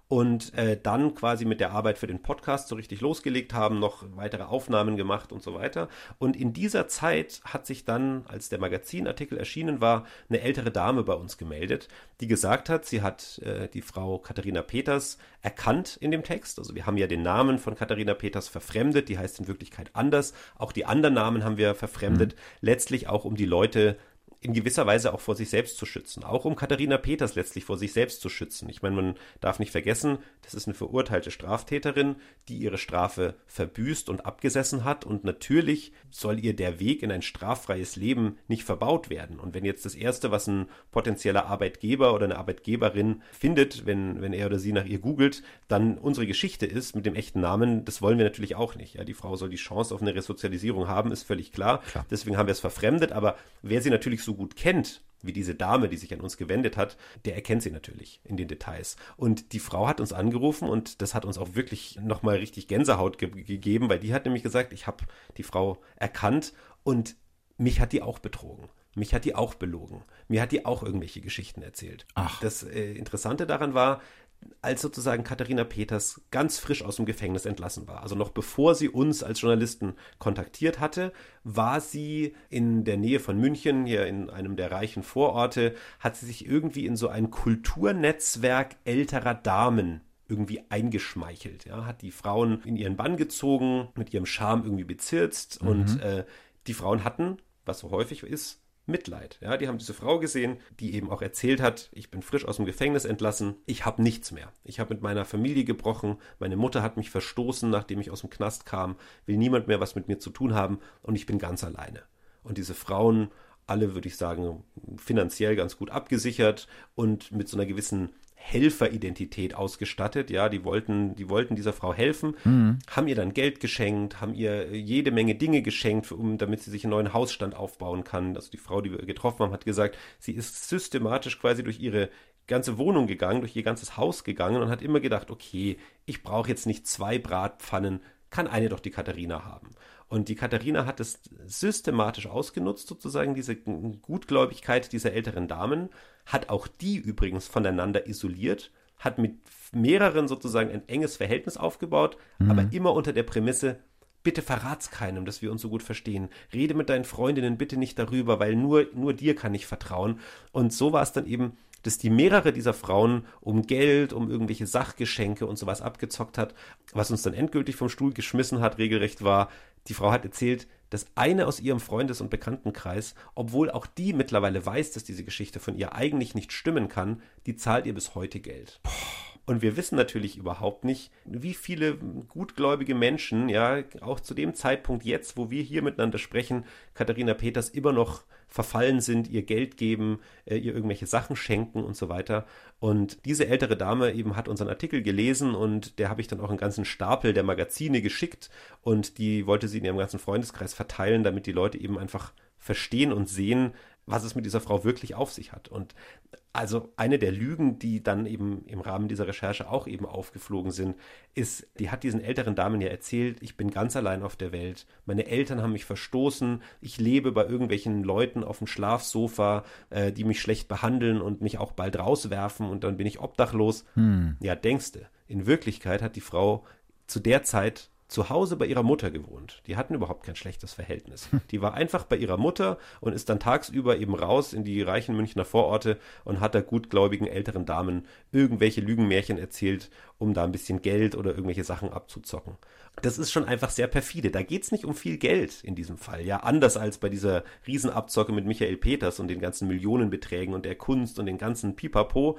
und äh, dann quasi mit der Arbeit für den Podcast so richtig losgelegt haben, noch weitere Aufnahmen gemacht und so weiter. Und in dieser Zeit hat sich dann, als der Magazinartikel erschienen war, eine ältere Dame bei uns gemeldet, die gesagt hat, sie hat äh, die Frau Katharina Peters erkannt in dem Text. Also wir haben ja den Namen von Katharina Peters verfremdet, die heißt in Wirklichkeit anders. Auch die anderen Namen haben wir verfremdet, mhm. letztlich auch um die Leute in gewisser Weise auch vor sich selbst zu schützen. Auch um Katharina Peters letztlich vor sich selbst zu schützen. Ich meine, man darf nicht vergessen, das ist eine verurteilte Straftäterin, die ihre Strafe verbüßt und abgesessen hat. Und natürlich soll ihr der Weg in ein straffreies Leben nicht verbaut werden. Und wenn jetzt das Erste, was ein potenzieller Arbeitgeber oder eine Arbeitgeberin findet, wenn, wenn er oder sie nach ihr googelt, dann unsere Geschichte ist mit dem echten Namen, das wollen wir natürlich auch nicht. Ja, die Frau soll die Chance auf eine Resozialisierung haben, ist völlig klar. klar. Deswegen haben wir es verfremdet. Aber wer sie natürlich so gut kennt, wie diese Dame, die sich an uns gewendet hat, der erkennt sie natürlich in den Details. Und die Frau hat uns angerufen und das hat uns auch wirklich nochmal richtig Gänsehaut ge- gegeben, weil die hat nämlich gesagt, ich habe die Frau erkannt und mich hat die auch betrogen. Mich hat die auch belogen. Mir hat die auch irgendwelche Geschichten erzählt. Ach. Das äh, Interessante daran war, als sozusagen Katharina Peters ganz frisch aus dem Gefängnis entlassen war. Also noch bevor sie uns als Journalisten kontaktiert hatte, war sie in der Nähe von München, hier in einem der reichen Vororte, hat sie sich irgendwie in so ein Kulturnetzwerk älterer Damen irgendwie eingeschmeichelt. Ja, hat die Frauen in ihren Bann gezogen, mit ihrem Charme irgendwie bezirzt mhm. und äh, die Frauen hatten, was so häufig ist, Mitleid. Ja, die haben diese Frau gesehen, die eben auch erzählt hat, ich bin frisch aus dem Gefängnis entlassen, ich habe nichts mehr. Ich habe mit meiner Familie gebrochen, meine Mutter hat mich verstoßen, nachdem ich aus dem Knast kam, will niemand mehr was mit mir zu tun haben und ich bin ganz alleine. Und diese Frauen, alle würde ich sagen, finanziell ganz gut abgesichert und mit so einer gewissen Helferidentität ausgestattet, ja, die wollten, die wollten dieser Frau helfen, mhm. haben ihr dann Geld geschenkt, haben ihr jede Menge Dinge geschenkt, um, damit sie sich einen neuen Hausstand aufbauen kann. Also die Frau, die wir getroffen haben, hat gesagt, sie ist systematisch quasi durch ihre ganze Wohnung gegangen, durch ihr ganzes Haus gegangen und hat immer gedacht, okay, ich brauche jetzt nicht zwei Bratpfannen, kann eine doch die Katharina haben. Und die Katharina hat es systematisch ausgenutzt, sozusagen diese Gutgläubigkeit dieser älteren Damen, hat auch die übrigens voneinander isoliert, hat mit mehreren sozusagen ein enges Verhältnis aufgebaut, mhm. aber immer unter der Prämisse, bitte verrat's keinem, dass wir uns so gut verstehen. Rede mit deinen Freundinnen bitte nicht darüber, weil nur, nur dir kann ich vertrauen. Und so war es dann eben, dass die mehrere dieser Frauen um Geld, um irgendwelche Sachgeschenke und sowas abgezockt hat. Was uns dann endgültig vom Stuhl geschmissen hat, regelrecht war, die Frau hat erzählt, dass eine aus ihrem Freundes- und Bekanntenkreis, obwohl auch die mittlerweile weiß, dass diese Geschichte von ihr eigentlich nicht stimmen kann, die zahlt ihr bis heute Geld. Und wir wissen natürlich überhaupt nicht, wie viele gutgläubige Menschen, ja, auch zu dem Zeitpunkt jetzt, wo wir hier miteinander sprechen, Katharina Peters immer noch verfallen sind, ihr Geld geben, äh, ihr irgendwelche Sachen schenken und so weiter. Und diese ältere Dame eben hat unseren Artikel gelesen und der habe ich dann auch einen ganzen Stapel der Magazine geschickt und die wollte sie in ihrem ganzen Freundeskreis verteilen, damit die Leute eben einfach verstehen und sehen, was es mit dieser Frau wirklich auf sich hat. Und also eine der Lügen, die dann eben im Rahmen dieser Recherche auch eben aufgeflogen sind, ist, die hat diesen älteren Damen ja erzählt, ich bin ganz allein auf der Welt, meine Eltern haben mich verstoßen, ich lebe bei irgendwelchen Leuten auf dem Schlafsofa, äh, die mich schlecht behandeln und mich auch bald rauswerfen und dann bin ich obdachlos. Hm. Ja, denkste, in Wirklichkeit hat die Frau zu der Zeit zu Hause bei ihrer Mutter gewohnt. Die hatten überhaupt kein schlechtes Verhältnis. Die war einfach bei ihrer Mutter und ist dann tagsüber eben raus in die reichen Münchner Vororte und hat da gutgläubigen älteren Damen irgendwelche Lügenmärchen erzählt, um da ein bisschen Geld oder irgendwelche Sachen abzuzocken. Das ist schon einfach sehr perfide. Da geht's nicht um viel Geld in diesem Fall. Ja, anders als bei dieser Riesenabzocke mit Michael Peters und den ganzen Millionenbeträgen und der Kunst und den ganzen Pipapo.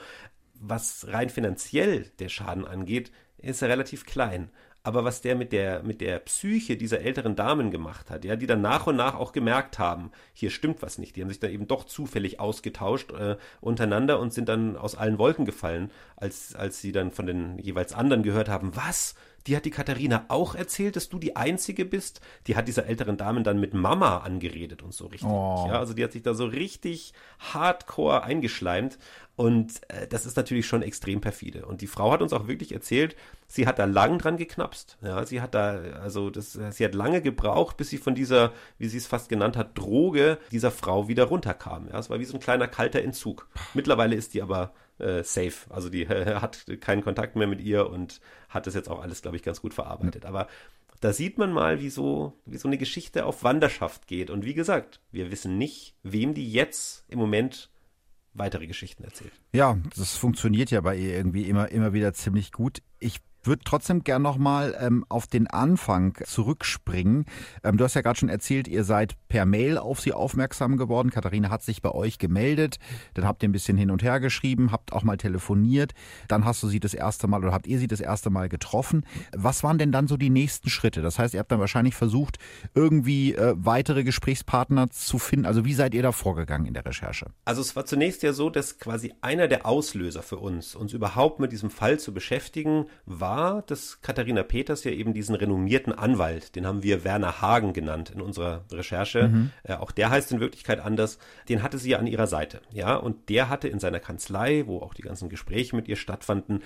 Was rein finanziell der Schaden angeht, ist er relativ klein. Aber was der mit der mit der Psyche dieser älteren Damen gemacht hat, ja, die dann nach und nach auch gemerkt haben, hier stimmt was nicht. Die haben sich dann eben doch zufällig ausgetauscht äh, untereinander und sind dann aus allen Wolken gefallen, als als sie dann von den jeweils anderen gehört haben, was? Die hat die Katharina auch erzählt, dass du die Einzige bist. Die hat dieser älteren Damen dann mit Mama angeredet und so richtig. Oh. Ja, also die hat sich da so richtig hardcore eingeschleimt. Und äh, das ist natürlich schon extrem perfide. Und die Frau hat uns auch wirklich erzählt, sie hat da lang dran geknapst. Ja, sie hat da, also das, sie hat lange gebraucht, bis sie von dieser, wie sie es fast genannt hat, Droge dieser Frau wieder runterkam. Ja, es war wie so ein kleiner kalter Entzug. Mittlerweile ist die aber äh, safe. Also die äh, hat keinen Kontakt mehr mit ihr und hat das jetzt auch alles, glaube ich, ganz gut verarbeitet. Aber da sieht man mal, wie so, wie so eine Geschichte auf Wanderschaft geht. Und wie gesagt, wir wissen nicht, wem die jetzt im Moment weitere Geschichten erzählt. Ja, das funktioniert ja bei ihr irgendwie immer, immer wieder ziemlich gut. Ich würde trotzdem gern nochmal ähm, auf den Anfang zurückspringen. Ähm, du hast ja gerade schon erzählt, ihr seid per Mail auf sie aufmerksam geworden. Katharina hat sich bei euch gemeldet. Dann habt ihr ein bisschen hin und her geschrieben, habt auch mal telefoniert. Dann hast du sie das erste Mal oder habt ihr sie das erste Mal getroffen. Was waren denn dann so die nächsten Schritte? Das heißt, ihr habt dann wahrscheinlich versucht, irgendwie äh, weitere Gesprächspartner zu finden. Also wie seid ihr da vorgegangen in der Recherche? Also es war zunächst ja so, dass quasi einer der Auslöser für uns, uns überhaupt mit diesem Fall zu beschäftigen, war, dass Katharina Peters ja eben diesen renommierten Anwalt, den haben wir Werner Hagen genannt in unserer Recherche, mhm. äh, auch der heißt in Wirklichkeit anders, den hatte sie ja an ihrer Seite, ja, und der hatte in seiner Kanzlei, wo auch die ganzen Gespräche mit ihr stattfanden,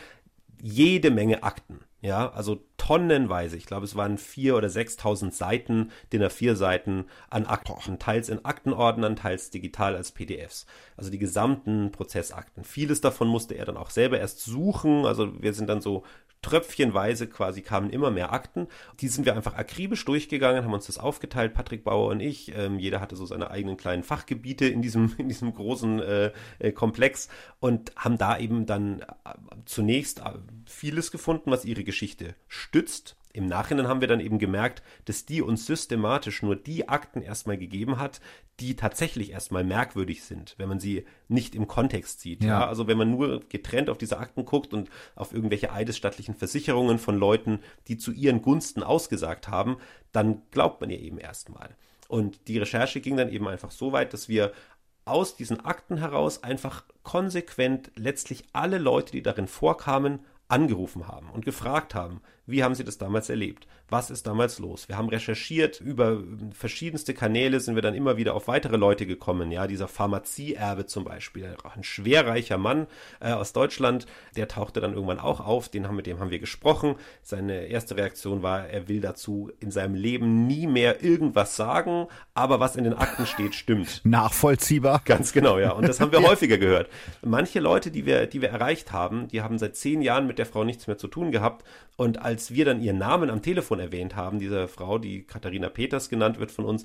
jede Menge Akten, ja, also tonnenweise. Ich glaube, es waren vier oder sechstausend Seiten, D I N A vier Seiten an Akten, teils in Aktenordnern, teils digital als P D Fs. Also die gesamten Prozessakten. Vieles davon musste er dann auch selber erst suchen. Also wir sind dann so tröpfchenweise quasi kamen immer mehr Akten. Die sind wir einfach akribisch durchgegangen, haben uns das aufgeteilt, Patrick Bauer und ich. Ähm, jeder hatte so seine eigenen kleinen Fachgebiete in diesem, in diesem großen äh, äh, Komplex und haben da eben dann äh, zunächst äh, vieles gefunden, was ihre Geschichte stützt. Im Nachhinein haben wir dann eben gemerkt, dass die uns systematisch nur die Akten erstmal gegeben hat, die tatsächlich erstmal merkwürdig sind, wenn man sie nicht im Kontext sieht. Ja. Ja, also wenn man nur getrennt auf diese Akten guckt und auf irgendwelche eidesstattlichen Versicherungen von Leuten, die zu ihren Gunsten ausgesagt haben, dann glaubt man ihr eben erstmal. Und die Recherche ging dann eben einfach so weit, dass wir aus diesen Akten heraus einfach konsequent letztlich alle Leute, die darin vorkamen, angerufen haben und gefragt haben, wie haben sie das damals erlebt? Was ist damals los? Wir haben recherchiert, über verschiedenste Kanäle sind wir dann immer wieder auf weitere Leute gekommen. Ja, dieser Pharmazieerbe zum Beispiel, ein schwerreicher Mann äh, aus Deutschland, der tauchte dann irgendwann auch auf, den haben, mit dem haben wir gesprochen. Seine erste Reaktion war, er will dazu in seinem Leben nie mehr irgendwas sagen, aber was in den Akten steht, stimmt. Nachvollziehbar. Ganz genau, ja. Und das haben wir ja. häufiger gehört. Manche Leute, die wir, die wir erreicht haben, die haben seit zehn Jahren mit der Frau nichts mehr zu tun gehabt. Und als wir dann ihren Namen am Telefon erwähnt haben, dieser Frau, die Katharina Peters genannt wird von uns,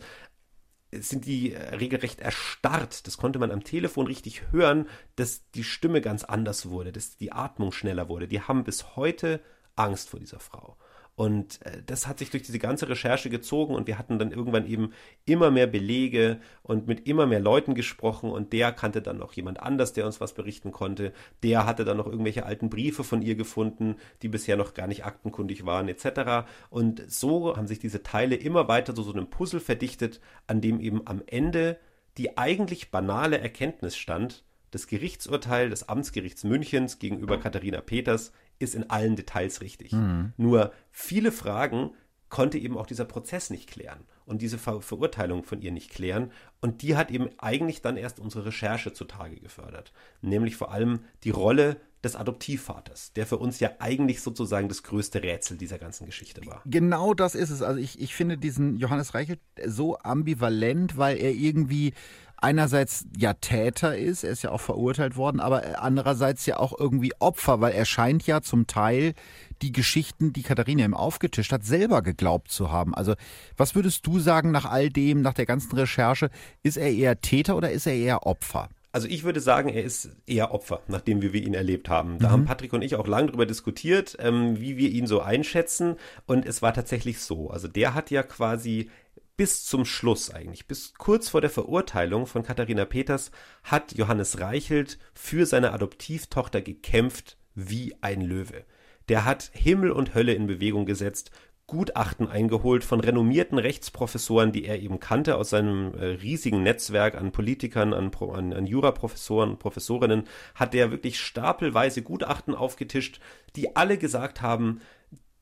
sind die regelrecht erstarrt. Das konnte man am Telefon richtig hören, dass die Stimme ganz anders wurde, dass die Atmung schneller wurde. Die haben bis heute Angst vor dieser Frau. Und das hat sich durch diese ganze Recherche gezogen und wir hatten dann irgendwann eben immer mehr Belege und mit immer mehr Leuten gesprochen und der kannte dann noch jemand anders, der uns was berichten konnte. Der hatte dann noch irgendwelche alten Briefe von ihr gefunden, die bisher noch gar nicht aktenkundig waren et cetera. Und so haben sich diese Teile immer weiter zu so einem Puzzle verdichtet, an dem eben am Ende die eigentlich banale Erkenntnis stand, das Gerichtsurteil des Amtsgerichts Münchens gegenüber Katharina Peters ist in allen Details richtig. Mhm. Nur viele Fragen konnte eben auch dieser Prozess nicht klären und diese Ver- Verurteilung von ihr nicht klären. Und die hat eben eigentlich dann erst unsere Recherche zutage gefördert. Nämlich vor allem die Rolle des Adoptivvaters, der für uns ja eigentlich sozusagen das größte Rätsel dieser ganzen Geschichte war. Genau das ist es. Also ich, ich finde diesen Johannes Reichelt so ambivalent, weil er irgendwie einerseits ja Täter ist, er ist ja auch verurteilt worden, aber andererseits ja auch irgendwie Opfer, weil er scheint ja zum Teil die Geschichten, die Katharina ihm aufgetischt hat, selber geglaubt zu haben. Also was würdest du sagen nach all dem, nach der ganzen Recherche, ist er eher Täter oder ist er eher Opfer? Also ich würde sagen, er ist eher Opfer, nachdem wir, wir ihn erlebt haben. Da Mhm. haben Patrick und ich auch lange drüber diskutiert, ähm, wie wir ihn so einschätzen. Und es war tatsächlich so. Also der hat ja quasi bis zum Schluss eigentlich, bis kurz vor der Verurteilung von Katharina Peters, hat Johannes Reichelt für seine Adoptivtochter gekämpft wie ein Löwe. Der hat Himmel und Hölle in Bewegung gesetzt, Gutachten eingeholt von renommierten Rechtsprofessoren, die er eben kannte aus seinem äh, riesigen Netzwerk an Politikern, an, an, an Juraprofessoren und Professorinnen, hat er wirklich stapelweise Gutachten aufgetischt, die alle gesagt haben,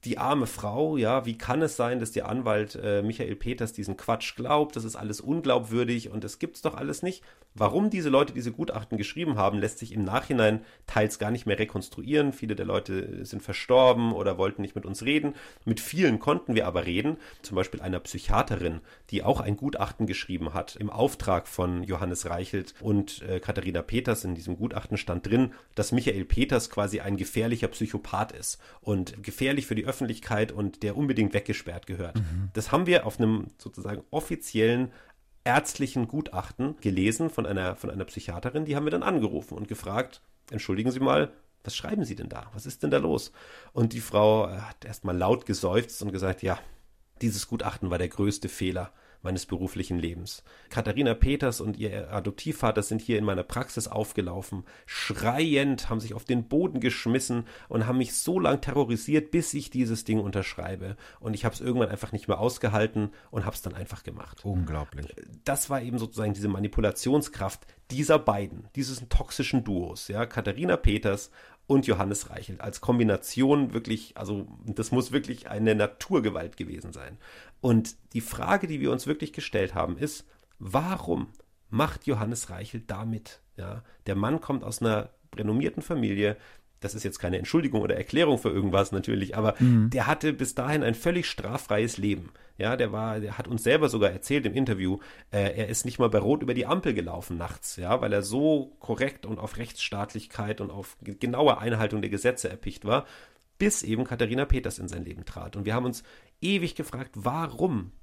die arme Frau, ja, wie kann es sein, dass der Anwalt äh, Michael Peters diesen Quatsch glaubt, das ist alles unglaubwürdig und das gibt's doch alles nicht. Warum diese Leute diese Gutachten geschrieben haben, lässt sich im Nachhinein teils gar nicht mehr rekonstruieren. Viele der Leute sind verstorben oder wollten nicht mit uns reden. Mit vielen konnten wir aber reden, zum Beispiel einer Psychiaterin, die auch ein Gutachten geschrieben hat im Auftrag von Johannes Reichelt und äh, Katharina Peters. In diesem Gutachten stand drin, dass Michael Peters quasi ein gefährlicher Psychopath ist und gefährlich für die Öffentlichkeit und der unbedingt weggesperrt gehört. Mhm. Das haben wir auf einem sozusagen offiziellen ärztlichen Gutachten gelesen von einer, von einer Psychiaterin, die haben wir dann angerufen und gefragt, entschuldigen Sie mal, was schreiben Sie denn da? Was ist denn da los? Und die Frau hat erstmal laut geseufzt und gesagt, ja, dieses Gutachten war der größte Fehler meines beruflichen Lebens. Katharina Peters und ihr Adoptivvater sind hier in meiner Praxis aufgelaufen, schreiend, haben sich auf den Boden geschmissen und haben mich so lang terrorisiert, bis ich dieses Ding unterschreibe. Und ich habe es irgendwann einfach nicht mehr ausgehalten und habe es dann einfach gemacht. Unglaublich. Das war eben sozusagen diese Manipulationskraft dieser beiden, dieses toxischen Duos, ja, Katharina Peters und Johannes Reichelt als Kombination wirklich, also das muss wirklich eine Naturgewalt gewesen sein. Und die Frage, die wir uns wirklich gestellt haben, ist, warum macht Johannes Reichelt da mit? Ja, der Mann kommt aus einer renommierten Familie. Das ist jetzt keine Entschuldigung oder Erklärung für irgendwas natürlich, aber mhm. der hatte bis dahin ein völlig straffreies Leben. Ja, der war, der hat uns selber sogar erzählt im Interview, äh, er ist nicht mal bei Rot über die Ampel gelaufen nachts, ja, weil er so korrekt und auf Rechtsstaatlichkeit und auf genaue Einhaltung der Gesetze erpicht war, bis eben Katharina Peters in sein Leben trat. Und wir haben uns ewig gefragt, warum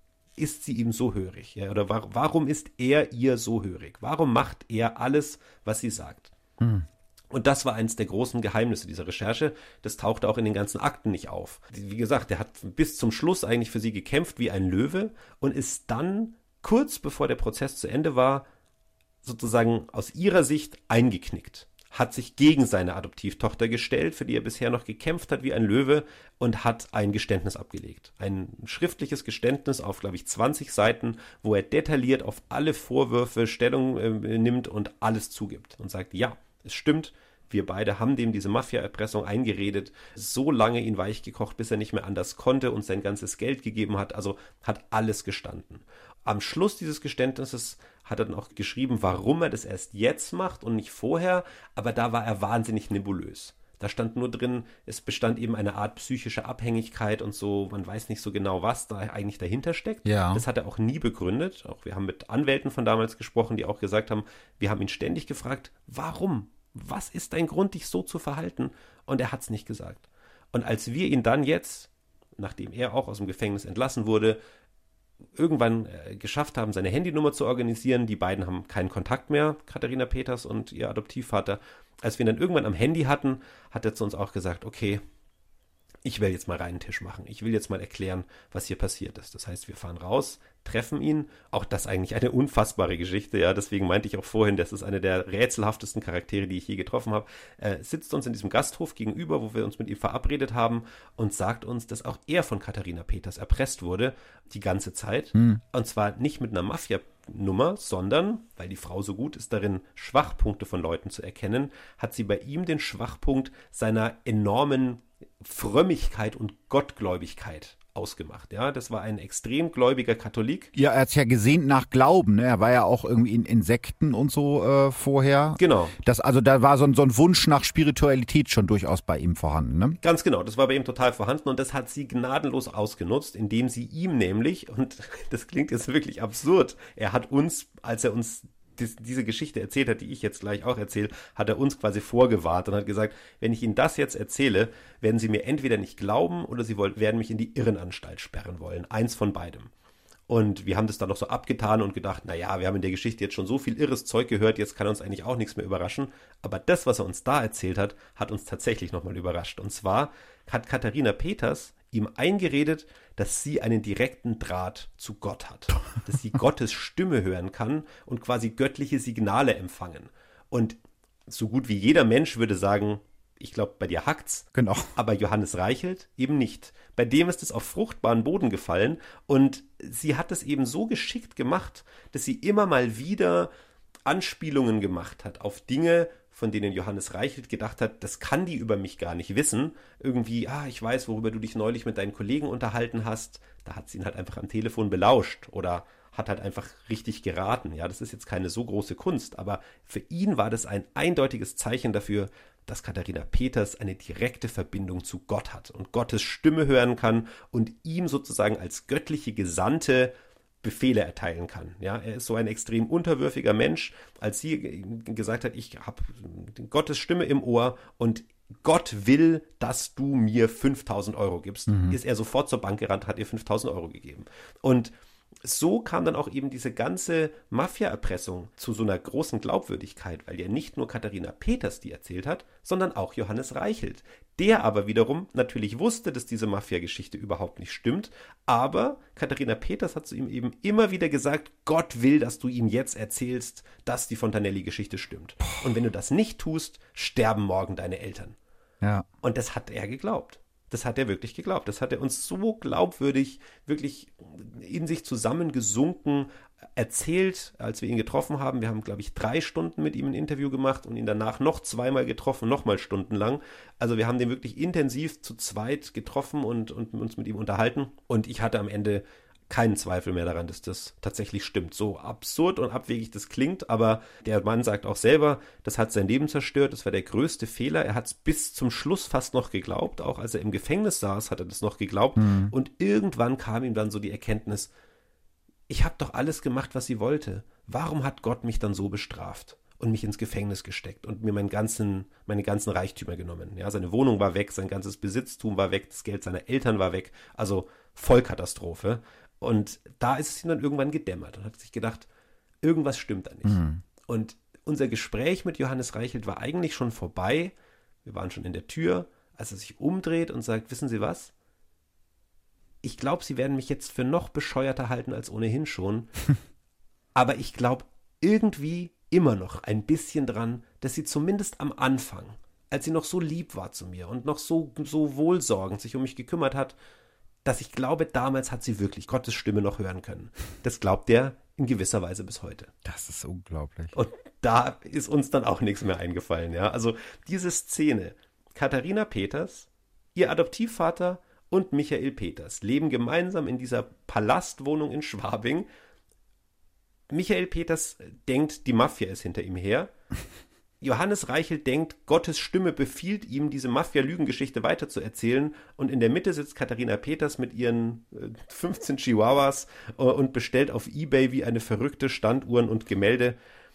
ist sie ihm so hörig? Ja, oder war, warum ist er ihr so hörig? Warum macht er alles, was sie sagt? Mhm. Und das war eines der großen Geheimnisse dieser Recherche. Das tauchte auch in den ganzen Akten nicht auf. Wie gesagt, der hat bis zum Schluss eigentlich für sie gekämpft wie ein Löwe und ist dann, kurz bevor der Prozess zu Ende war, sozusagen aus ihrer Sicht eingeknickt. Hat sich gegen seine Adoptivtochter gestellt, für die er bisher noch gekämpft hat wie ein Löwe und hat ein Geständnis abgelegt. Ein schriftliches Geständnis auf, glaube ich, zwanzig Seiten, wo er detailliert auf alle Vorwürfe Stellung äh, nimmt und alles zugibt und sagt, ja, es stimmt, wir beide haben dem diese Mafia-Erpressung eingeredet, so lange ihn weichgekocht, bis er nicht mehr anders konnte und sein ganzes Geld gegeben hat, also hat alles gestanden. Am Schluss dieses Geständnisses hat er dann auch geschrieben, warum er das erst jetzt macht und nicht vorher, aber da war er wahnsinnig nebulös. Da stand nur drin, es bestand eben eine Art psychische Abhängigkeit und so, man weiß nicht so genau, was da eigentlich dahinter steckt. Ja. Das hat er auch nie begründet. Auch wir haben mit Anwälten von damals gesprochen, die auch gesagt haben, wir haben ihn ständig gefragt, warum? Was ist dein Grund, dich so zu verhalten? Und er hat es nicht gesagt. Und als wir ihn dann jetzt, nachdem er auch aus dem Gefängnis entlassen wurde, irgendwann äh, geschafft haben, seine Handynummer zu organisieren, die beiden haben keinen Kontakt mehr, Katharina Peters und ihr Adoptivvater. Als wir ihn dann irgendwann am Handy hatten, hat er zu uns auch gesagt, okay, ich will jetzt mal reinen Tisch machen. Ich will jetzt mal erklären, was hier passiert ist. Das heißt, wir fahren raus, treffen ihn. Auch das eigentlich eine unfassbare Geschichte. Ja, deswegen meinte ich auch vorhin, das ist eine der rätselhaftesten Charaktere, die ich je getroffen habe. Er sitzt uns in diesem Gasthof gegenüber, wo wir uns mit ihm verabredet haben und sagt uns, dass auch er von Katharina Peters erpresst wurde, die ganze Zeit. Hm. Und zwar nicht mit einer Mafia-Nummer, sondern, weil die Frau so gut ist darin, Schwachpunkte von Leuten zu erkennen, hat sie bei ihm den Schwachpunkt seiner enormen Frömmigkeit und Gottgläubigkeit ausgemacht. Ja, das war ein extrem gläubiger Katholik. Ja, er hat es ja gesehnt nach Glauben. Ne? Er war ja auch irgendwie in Insekten und so äh, vorher. Genau. Das, also da war so ein, so ein Wunsch nach Spiritualität schon durchaus bei ihm vorhanden. Ne? Ganz genau, das war bei ihm total vorhanden und das hat sie gnadenlos ausgenutzt, indem sie ihm nämlich, und das klingt jetzt wirklich absurd, er hat uns, als er uns diese Geschichte erzählt hat, die ich jetzt gleich auch erzähle, hat er uns quasi vorgewarnt und hat gesagt, wenn ich Ihnen das jetzt erzähle, werden Sie mir entweder nicht glauben oder Sie wollen, werden mich in die Irrenanstalt sperren wollen. Eins von beidem. Und wir haben das dann noch so abgetan und gedacht, naja, wir haben in der Geschichte jetzt schon so viel irres Zeug gehört, jetzt kann uns eigentlich auch nichts mehr überraschen. Aber das, was er uns da erzählt hat, hat uns tatsächlich nochmal überrascht. Und zwar hat Katharina Peters ihm eingeredet, dass sie einen direkten Draht zu Gott hat, dass sie Gottes Stimme hören kann und quasi göttliche Signale empfangen. Und so gut wie jeder Mensch würde sagen, ich glaube, bei dir hackt's, genau. Aber Johannes Reichelt eben nicht. Bei dem ist es auf fruchtbaren Boden gefallen und sie hat es eben so geschickt gemacht, dass sie immer mal wieder Anspielungen gemacht hat auf Dinge, von denen Johannes Reichelt gedacht hat, das kann die über mich gar nicht wissen. Irgendwie, ah, ich weiß, worüber du dich neulich mit deinen Kollegen unterhalten hast. Da hat sie ihn halt einfach am Telefon belauscht oder hat halt einfach richtig geraten. Ja, das ist jetzt keine so große Kunst, aber für ihn war das ein eindeutiges Zeichen dafür, dass Katharina Peters eine direkte Verbindung zu Gott hat und Gottes Stimme hören kann und ihm sozusagen als göttliche Gesandte Befehle erteilen kann. Ja, er ist so ein extrem unterwürfiger Mensch, als sie gesagt hat, ich habe Gottes Stimme im Ohr und Gott will, dass du mir fünftausend Euro gibst, mhm. ist er sofort zur Bank gerannt, hat ihr fünftausend Euro gegeben. Und so kam dann auch eben diese ganze Mafia-Erpressung zu so einer großen Glaubwürdigkeit, weil ja nicht nur Katharina Peters die erzählt hat, sondern auch Johannes Reichelt. Der aber wiederum natürlich wusste, dass diese Mafia-Geschichte überhaupt nicht stimmt, aber Katharina Peters hat zu ihm eben immer wieder gesagt, Gott will, dass du ihm jetzt erzählst, dass die Fontanelli-Geschichte stimmt. Und wenn du das nicht tust, sterben morgen deine Eltern. Ja. Und das hat er geglaubt. Das hat er wirklich geglaubt. Das hat er uns so glaubwürdig, wirklich in sich zusammengesunken erzählt, als wir ihn getroffen haben. Wir haben, glaube ich, drei Stunden mit ihm ein Interview gemacht und ihn danach noch zweimal getroffen, nochmal stundenlang. Also wir haben den wirklich intensiv zu zweit getroffen und, und uns mit ihm unterhalten. Und ich hatte am Ende keinen Zweifel mehr daran, dass das tatsächlich stimmt. So absurd und abwegig das klingt, aber der Mann sagt auch selber, das hat sein Leben zerstört, das war der größte Fehler. Er hat es bis zum Schluss fast noch geglaubt, auch als er im Gefängnis saß, hat er das noch geglaubt. Mhm. Und irgendwann kam ihm dann so die Erkenntnis, ich habe doch alles gemacht, was sie wollte. Warum hat Gott mich dann so bestraft und mich ins Gefängnis gesteckt und mir meinen ganzen, meine ganzen Reichtümer genommen? Ja, seine Wohnung war weg, sein ganzes Besitztum war weg, das Geld seiner Eltern war weg, also Vollkatastrophe. Und da ist es ihm dann irgendwann gedämmert und hat sich gedacht, irgendwas stimmt da nicht. Mhm. Und unser Gespräch mit Johannes Reichelt war eigentlich schon vorbei. Wir waren schon in der Tür, als er sich umdreht und sagt, wissen Sie was? Ich glaube, Sie werden mich jetzt für noch bescheuerter halten als ohnehin schon. Aber ich glaube irgendwie immer noch ein bisschen dran, dass Sie zumindest am Anfang, als sie noch so lieb war zu mir und noch so, so wohlsorgend sich um mich gekümmert hat, dass ich glaube, damals hat sie wirklich Gottes Stimme noch hören können. Das glaubt er in gewisser Weise bis heute. Das ist unglaublich. Und da ist uns dann auch nichts mehr eingefallen. Ja? Also diese Szene, Katharina Peters, ihr Adoptivvater und Michael Peters leben gemeinsam in dieser Palastwohnung in Schwabing. Michael Peters denkt, die Mafia ist hinter ihm her. Johannes Reichelt denkt, Gottes Stimme befiehlt ihm, diese Mafia-Lügengeschichte weiterzuerzählen. Und in der Mitte sitzt Katharina Peters mit ihren fünfzehn Chihuahuas und bestellt auf eBay wie eine verrückte Standuhren und Gemälde.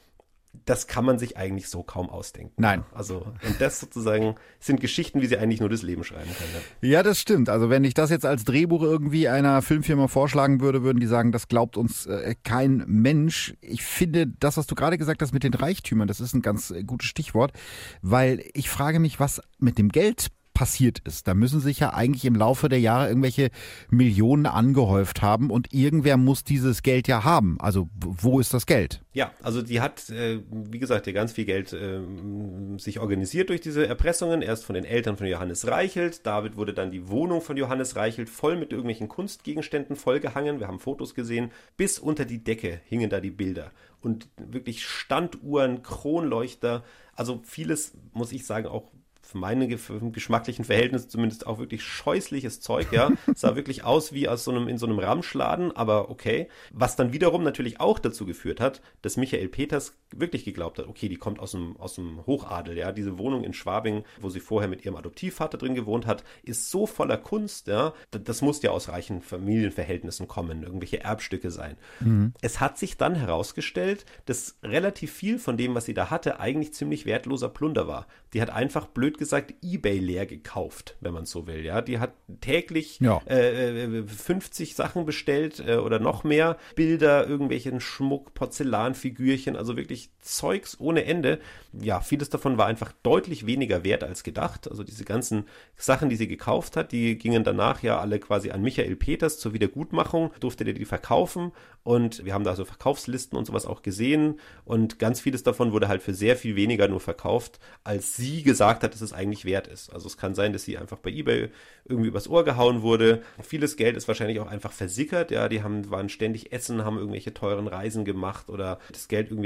Das kann man sich eigentlich so kaum ausdenken. Nein. Also, und das sozusagen sind Geschichten, wie sie eigentlich nur das Leben schreiben können. Ja. ja, das stimmt. Also wenn ich das jetzt als Drehbuch irgendwie einer Filmfirma vorschlagen würde, würden die sagen, das glaubt uns äh, kein Mensch. Ich finde, das, was du gerade gesagt hast mit den Reichtümern, das ist ein ganz äh, gutes Stichwort, weil ich frage mich, was mit dem Geld passiert ist. Da müssen sich ja eigentlich im Laufe der Jahre irgendwelche Millionen angehäuft haben und irgendwer muss dieses Geld ja haben. Also wo ist das Geld? Ja, also die hat, äh, wie gesagt, ja ganz viel Geld äh, sich organisiert durch diese Erpressungen. Erst von den Eltern von Johannes Reichelt. Damit wurde dann die Wohnung von Johannes Reichelt voll mit irgendwelchen Kunstgegenständen vollgehangen. Wir haben Fotos gesehen. Bis unter die Decke hingen da die Bilder. Und wirklich Standuhren, Kronleuchter. Also vieles, muss ich sagen, auch für meine für geschmacklichen Verhältnisse zumindest auch wirklich scheußliches Zeug, ja. Es sah wirklich aus wie aus so einem, in so einem Ramschladen, aber okay. Was dann wiederum natürlich auch dazu geführt hat, dass Michael Peters wirklich geglaubt hat, okay, die kommt aus dem, aus dem Hochadel, ja. Diese Wohnung in Schwabing, wo sie vorher mit ihrem Adoptivvater drin gewohnt hat, ist so voller Kunst, ja. Das muss ja aus reichen Familienverhältnissen kommen, irgendwelche Erbstücke sein. Mhm. Es hat sich dann herausgestellt, dass relativ viel von dem, was sie da hatte, eigentlich ziemlich wertloser Plunder war. Die hat einfach blöd gesagt eBay leer gekauft, wenn man so will. Ja, die hat täglich ja. äh, fünfzig Sachen bestellt äh, oder noch mehr. Bilder, irgendwelchen Schmuck, Porzellanfigürchen, also wirklich Zeugs ohne Ende. Ja, vieles davon war einfach deutlich weniger wert als gedacht. Also diese ganzen Sachen, die sie gekauft hat, die gingen danach ja alle quasi an Michael Peters zur Wiedergutmachung. Durfte der die verkaufen und wir haben da also Verkaufslisten und sowas auch gesehen und ganz vieles davon wurde halt für sehr viel weniger nur verkauft, als sie gesagt hat, dass es eigentlich wert ist. Also es kann sein, dass sie einfach bei eBay irgendwie übers Ohr gehauen wurde. Vieles Geld ist wahrscheinlich auch einfach versickert. Ja, die haben, waren ständig essen, haben irgendwelche teuren Reisen gemacht oder das Geld irgendwie einfach verliehen.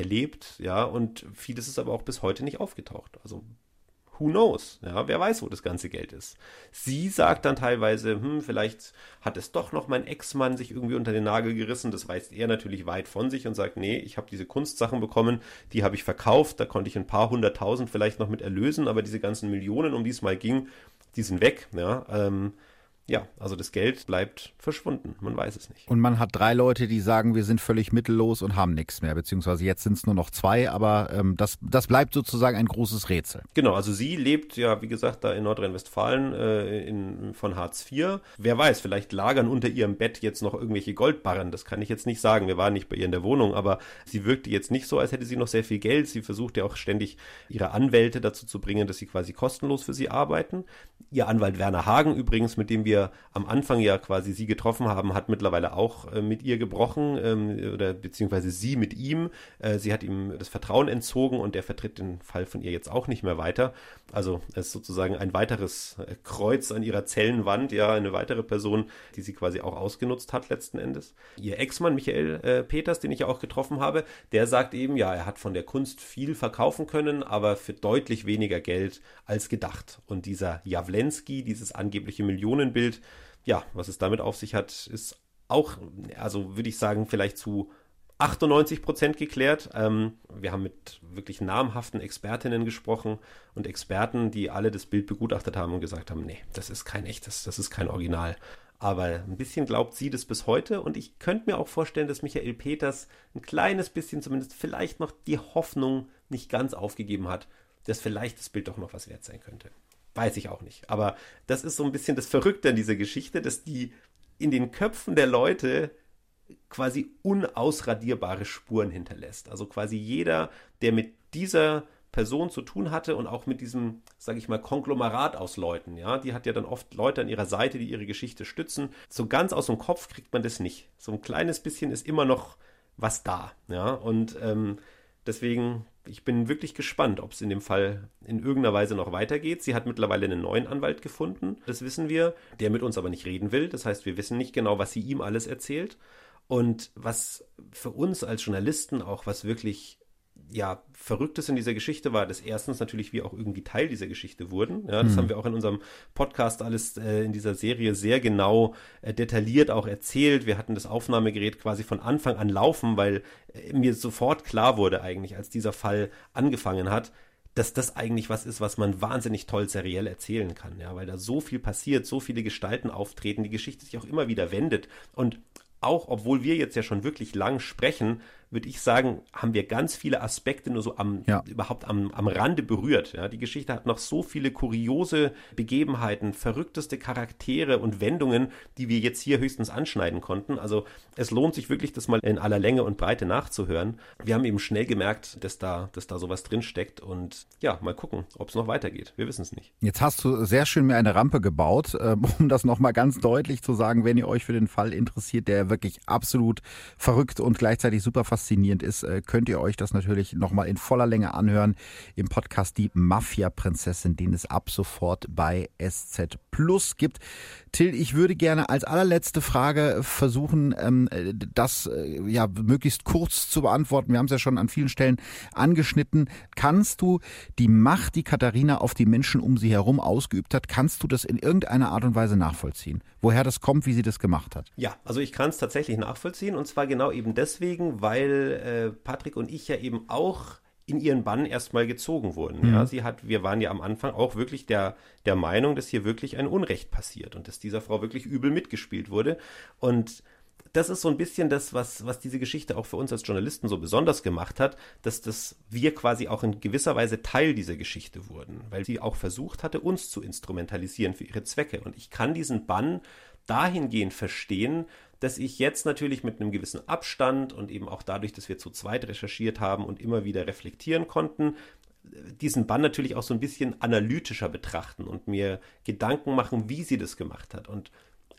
erlebt, ja, und vieles ist aber auch bis heute nicht aufgetaucht. Also who knows? Ja, wer weiß, wo das ganze Geld ist. Sie sagt dann teilweise, hm, vielleicht hat es doch noch mein Ex-Mann sich irgendwie unter den Nagel gerissen. Das weist er natürlich weit von sich und sagt, nee, ich habe diese Kunstsachen bekommen, die habe ich verkauft, da konnte ich ein paar hunderttausend vielleicht noch mit erlösen, aber diese ganzen Millionen, um die es mal ging, die sind weg. Ja, ähm, Ja, also das Geld bleibt verschwunden, man weiß es nicht. Und man hat drei Leute, die sagen, wir sind völlig mittellos und haben nichts mehr, beziehungsweise jetzt sind es nur noch zwei, aber ähm, das, das bleibt sozusagen ein großes Rätsel. Genau, also sie lebt ja, wie gesagt, da in Nordrhein-Westfalen äh, in, von Hartz vier. Wer weiß, vielleicht lagern unter ihrem Bett jetzt noch irgendwelche Goldbarren, das kann ich jetzt nicht sagen, wir waren nicht bei ihr in der Wohnung, aber sie wirkte jetzt nicht so, als hätte sie noch sehr viel Geld. Sie versucht ja auch ständig ihre Anwälte dazu zu bringen, dass sie quasi kostenlos für sie arbeiten. Ihr Anwalt Werner Hagen übrigens, mit dem wir am Anfang ja quasi sie getroffen haben, hat mittlerweile auch äh, mit ihr gebrochen, ähm, oder beziehungsweise sie mit ihm. Äh, sie hat ihm das Vertrauen entzogen und er vertritt den Fall von ihr jetzt auch nicht mehr weiter. Also es ist sozusagen ein weiteres äh, Kreuz an ihrer Zellenwand, ja, eine weitere Person, die sie quasi auch ausgenutzt hat letzten Endes. Ihr Ex-Mann Michael äh, Peters, den ich ja auch getroffen habe, der sagt eben, ja, er hat von der Kunst viel verkaufen können, aber für deutlich weniger Geld als gedacht. Und dieser Jawlensky, dieses angebliche Millionenbild, ja, was es damit auf sich hat, ist auch, also würde ich sagen, vielleicht zu achtundneunzig Prozent geklärt. Ähm, wir haben mit wirklich namhaften Expertinnen gesprochen und Experten, die alle das Bild begutachtet haben und gesagt haben, nee, das ist kein echtes, das ist kein Original. Aber ein bisschen glaubt sie das bis heute und ich könnte mir auch vorstellen, dass Michael Peters ein kleines bisschen zumindest vielleicht noch die Hoffnung nicht ganz aufgegeben hat, dass vielleicht das Bild doch noch was wert sein könnte. Weiß ich auch nicht. Aber das ist so ein bisschen das Verrückte an dieser Geschichte, dass die in den Köpfen der Leute quasi unausradierbare Spuren hinterlässt. Also quasi jeder, der mit dieser Person zu tun hatte und auch mit diesem, sage ich mal, Konglomerat aus Leuten, ja, die hat ja dann oft Leute an ihrer Seite, die ihre Geschichte stützen. So ganz aus dem Kopf kriegt man das nicht. So ein kleines bisschen ist immer noch was da, ja, und ähm, deswegen, ich bin wirklich gespannt, ob es in dem Fall in irgendeiner Weise noch weitergeht. Sie hat mittlerweile einen neuen Anwalt gefunden, das wissen wir, der mit uns aber nicht reden will. Das heißt, wir wissen nicht genau, was sie ihm alles erzählt. Und was für uns als Journalisten auch was wirklich ja, Verrücktes in dieser Geschichte war, dass erstens natürlich wir auch irgendwie Teil dieser Geschichte wurden. Ja, das mhm. haben wir auch in unserem Podcast alles äh, in dieser Serie sehr genau äh, detailliert auch erzählt. Wir hatten das Aufnahmegerät quasi von Anfang an laufen, weil äh, mir sofort klar wurde eigentlich, als dieser Fall angefangen hat, dass das eigentlich was ist, was man wahnsinnig toll seriell erzählen kann. Ja, weil da so viel passiert, so viele Gestalten auftreten, die Geschichte sich auch immer wieder wendet und auch, obwohl wir jetzt ja schon wirklich lang sprechen, würde ich sagen, haben wir ganz viele Aspekte nur so am, ja. überhaupt am, am Rande berührt. Ja, die Geschichte hat noch so viele kuriose Begebenheiten, verrückteste Charaktere und Wendungen, die wir jetzt hier höchstens anschneiden konnten. Also es lohnt sich wirklich, das mal in aller Länge und Breite nachzuhören. Wir haben eben schnell gemerkt, dass da, dass da sowas drinsteckt und ja, mal gucken, ob es noch weitergeht. Wir wissen es nicht. Jetzt hast du sehr schön mir eine Rampe gebaut, um das nochmal ganz deutlich zu sagen, wenn ihr euch für den Fall interessiert, der wirklich absolut verrückt und gleichzeitig super faszinierend ist, könnt ihr euch das natürlich nochmal in voller Länge anhören im Podcast Die Mafia-Prinzessin, den es ab sofort bei S Z Plus gibt. Till, ich würde gerne als allerletzte Frage versuchen, das ja möglichst kurz zu beantworten. Wir haben es ja schon an vielen Stellen angeschnitten. Kannst du die Macht, die Katharina auf die Menschen um sie herum ausgeübt hat, kannst du das in irgendeiner Art und Weise nachvollziehen? Woher das kommt, wie sie das gemacht hat? Ja, also ich kann es tatsächlich nachvollziehen und zwar genau eben deswegen, weil äh, Patrick und ich ja eben auch in ihren Bann erstmal gezogen wurden. Mhm. Ja, sie hat, wir waren ja am Anfang auch wirklich der, der Meinung, dass hier wirklich ein Unrecht passiert und dass dieser Frau wirklich übel mitgespielt wurde. Und das ist so ein bisschen das, was, was diese Geschichte auch für uns als Journalisten so besonders gemacht hat, dass das wir quasi auch in gewisser Weise Teil dieser Geschichte wurden, weil sie auch versucht hatte, uns zu instrumentalisieren für ihre Zwecke. Und ich kann diesen Bann dahingehend verstehen, dass ich jetzt natürlich mit einem gewissen Abstand und eben auch dadurch, dass wir zu zweit recherchiert haben und immer wieder reflektieren konnten, diesen Bann natürlich auch so ein bisschen analytischer betrachten und mir Gedanken machen, wie sie das gemacht hat. Und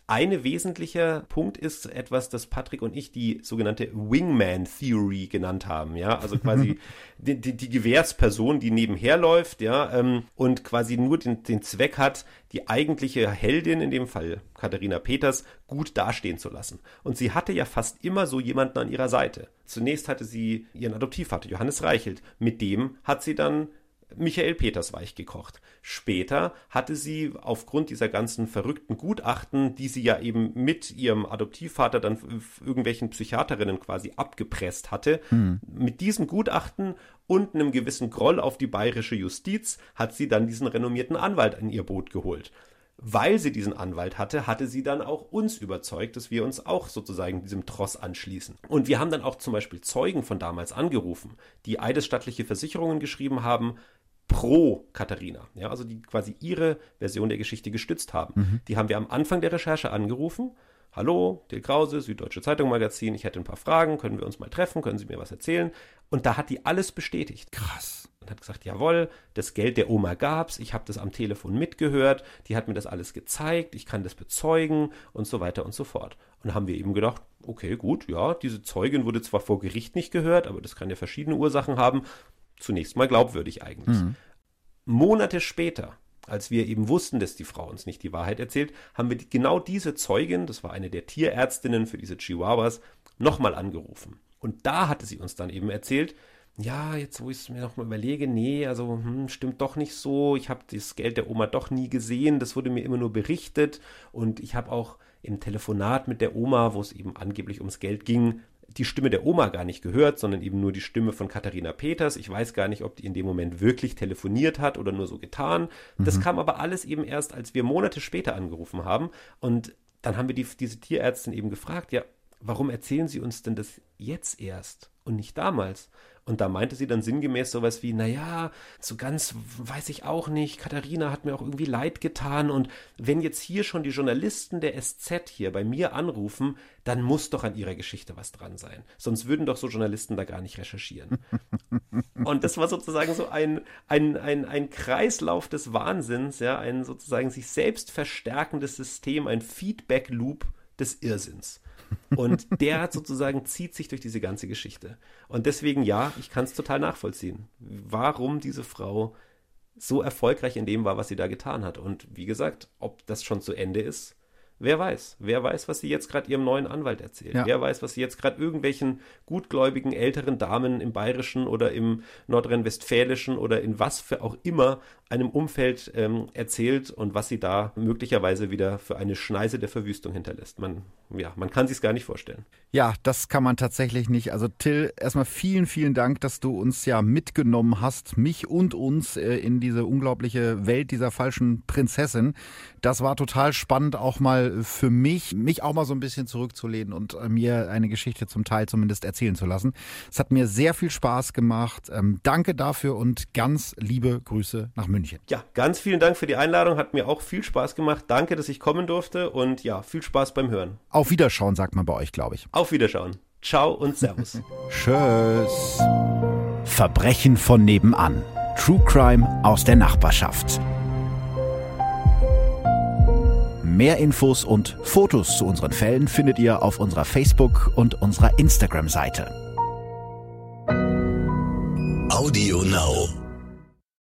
Ein wesentlicher Punkt ist etwas, das Patrick und ich die sogenannte Wingman Theory genannt haben, ja, also quasi die, die, die Gewährsperson, die nebenher läuft, ja, ähm, und quasi nur den, den Zweck hat, die eigentliche Heldin, in dem Fall Katharina Peters, gut dastehen zu lassen. Und sie hatte ja fast immer so jemanden an ihrer Seite. Zunächst hatte sie ihren Adoptivvater, Johannes Reichelt. Mit dem hat sie dann Michael Peters weich gekocht. Später hatte sie aufgrund dieser ganzen verrückten Gutachten, die sie ja eben mit ihrem Adoptivvater dann irgendwelchen Psychiaterinnen quasi abgepresst hatte, hm. mit diesem Gutachten und einem gewissen Groll auf die bayerische Justiz hat sie dann diesen renommierten Anwalt in ihr Boot geholt. Weil sie diesen Anwalt hatte, hatte sie dann auch uns überzeugt, dass wir uns auch sozusagen diesem Tross anschließen. Und wir haben dann auch zum Beispiel Zeugen von damals angerufen, die eidesstattliche Versicherungen geschrieben haben, pro Katharina, ja, also die quasi ihre Version der Geschichte gestützt haben. Mhm. Die haben wir am Anfang der Recherche angerufen. Hallo, Till Krause, Süddeutsche Zeitung Magazin, ich hätte ein paar Fragen, können wir uns mal treffen, können Sie mir was erzählen? Und da hat die alles bestätigt. Krass. Und hat gesagt, jawohl, das Geld der Oma gab's, ich habe das am Telefon mitgehört, die hat mir das alles gezeigt, ich kann das bezeugen und so weiter und so fort. Und haben wir eben gedacht, okay, gut, ja, diese Zeugin wurde zwar vor Gericht nicht gehört, aber das kann ja verschiedene Ursachen haben. Zunächst mal glaubwürdig eigentlich. Mhm. Monate später, als wir eben wussten, dass die Frau uns nicht die Wahrheit erzählt, haben wir die, genau diese Zeugin, das war eine der Tierärztinnen für diese Chihuahuas, nochmal angerufen. Und da hatte sie uns dann eben erzählt, ja, jetzt wo ich es mir nochmal überlege, nee, also hm, stimmt doch nicht so, ich habe das Geld der Oma doch nie gesehen, das wurde mir immer nur berichtet und ich habe auch im Telefonat mit der Oma, wo es eben angeblich ums Geld ging, die Stimme der Oma gar nicht gehört, sondern eben nur die Stimme von Katharina Peters. Ich weiß gar nicht, ob die in dem Moment wirklich telefoniert hat oder nur so getan. Das mhm. kam aber alles eben erst, als wir Monate später angerufen haben. Und dann haben wir die, diese Tierärztin eben gefragt, ja, warum erzählen Sie uns denn das jetzt erst und nicht damals? Und da meinte sie dann sinngemäß sowas wie, naja, so ganz weiß ich auch nicht, Katharina hat mir auch irgendwie leid getan und wenn jetzt hier schon die Journalisten der S Z hier bei mir anrufen, dann muss doch an ihrer Geschichte was dran sein. Sonst würden doch so Journalisten da gar nicht recherchieren. Und das war sozusagen so ein, ein, ein, ein Kreislauf des Wahnsinns, ja, ein sozusagen sich selbst verstärkendes System, ein Feedback-Loop des Irrsinns. Und der hat sozusagen, zieht sich durch diese ganze Geschichte. Und deswegen, ja, ich kann es total nachvollziehen, warum diese Frau so erfolgreich in dem war, was sie da getan hat. Und wie gesagt, ob das schon zu Ende ist, wer weiß. Wer weiß, was sie jetzt gerade ihrem neuen Anwalt erzählt. Ja. Wer weiß, was sie jetzt gerade irgendwelchen gutgläubigen älteren Damen im Bayerischen oder im Nordrhein-Westfälischen oder in was für auch immer einem Umfeld ähm, erzählt und was sie da möglicherweise wieder für eine Schneise der Verwüstung hinterlässt. Man, ja, man kann sich es gar nicht vorstellen. Ja, das kann man tatsächlich nicht. Also Till, erstmal vielen, vielen Dank, dass du uns ja mitgenommen hast, mich und uns äh, in diese unglaubliche Welt dieser falschen Prinzessin. Das war total spannend, auch mal für mich, mich auch mal so ein bisschen zurückzulehnen und äh, mir eine Geschichte zum Teil zumindest erzählen zu lassen. Es hat mir sehr viel Spaß gemacht. Ähm, danke dafür und ganz liebe Grüße nach München. Ja, ganz vielen Dank für die Einladung. Hat mir auch viel Spaß gemacht. Danke, dass ich kommen durfte und ja, viel Spaß beim Hören. Auf Wiederschauen, sagt man bei euch, glaube ich. Auf Wiederschauen. Ciao und Servus. Tschüss. Verbrechen von nebenan. True Crime aus der Nachbarschaft. Mehr Infos und Fotos zu unseren Fällen findet ihr auf unserer Facebook- und unserer Instagram-Seite. Audio Now.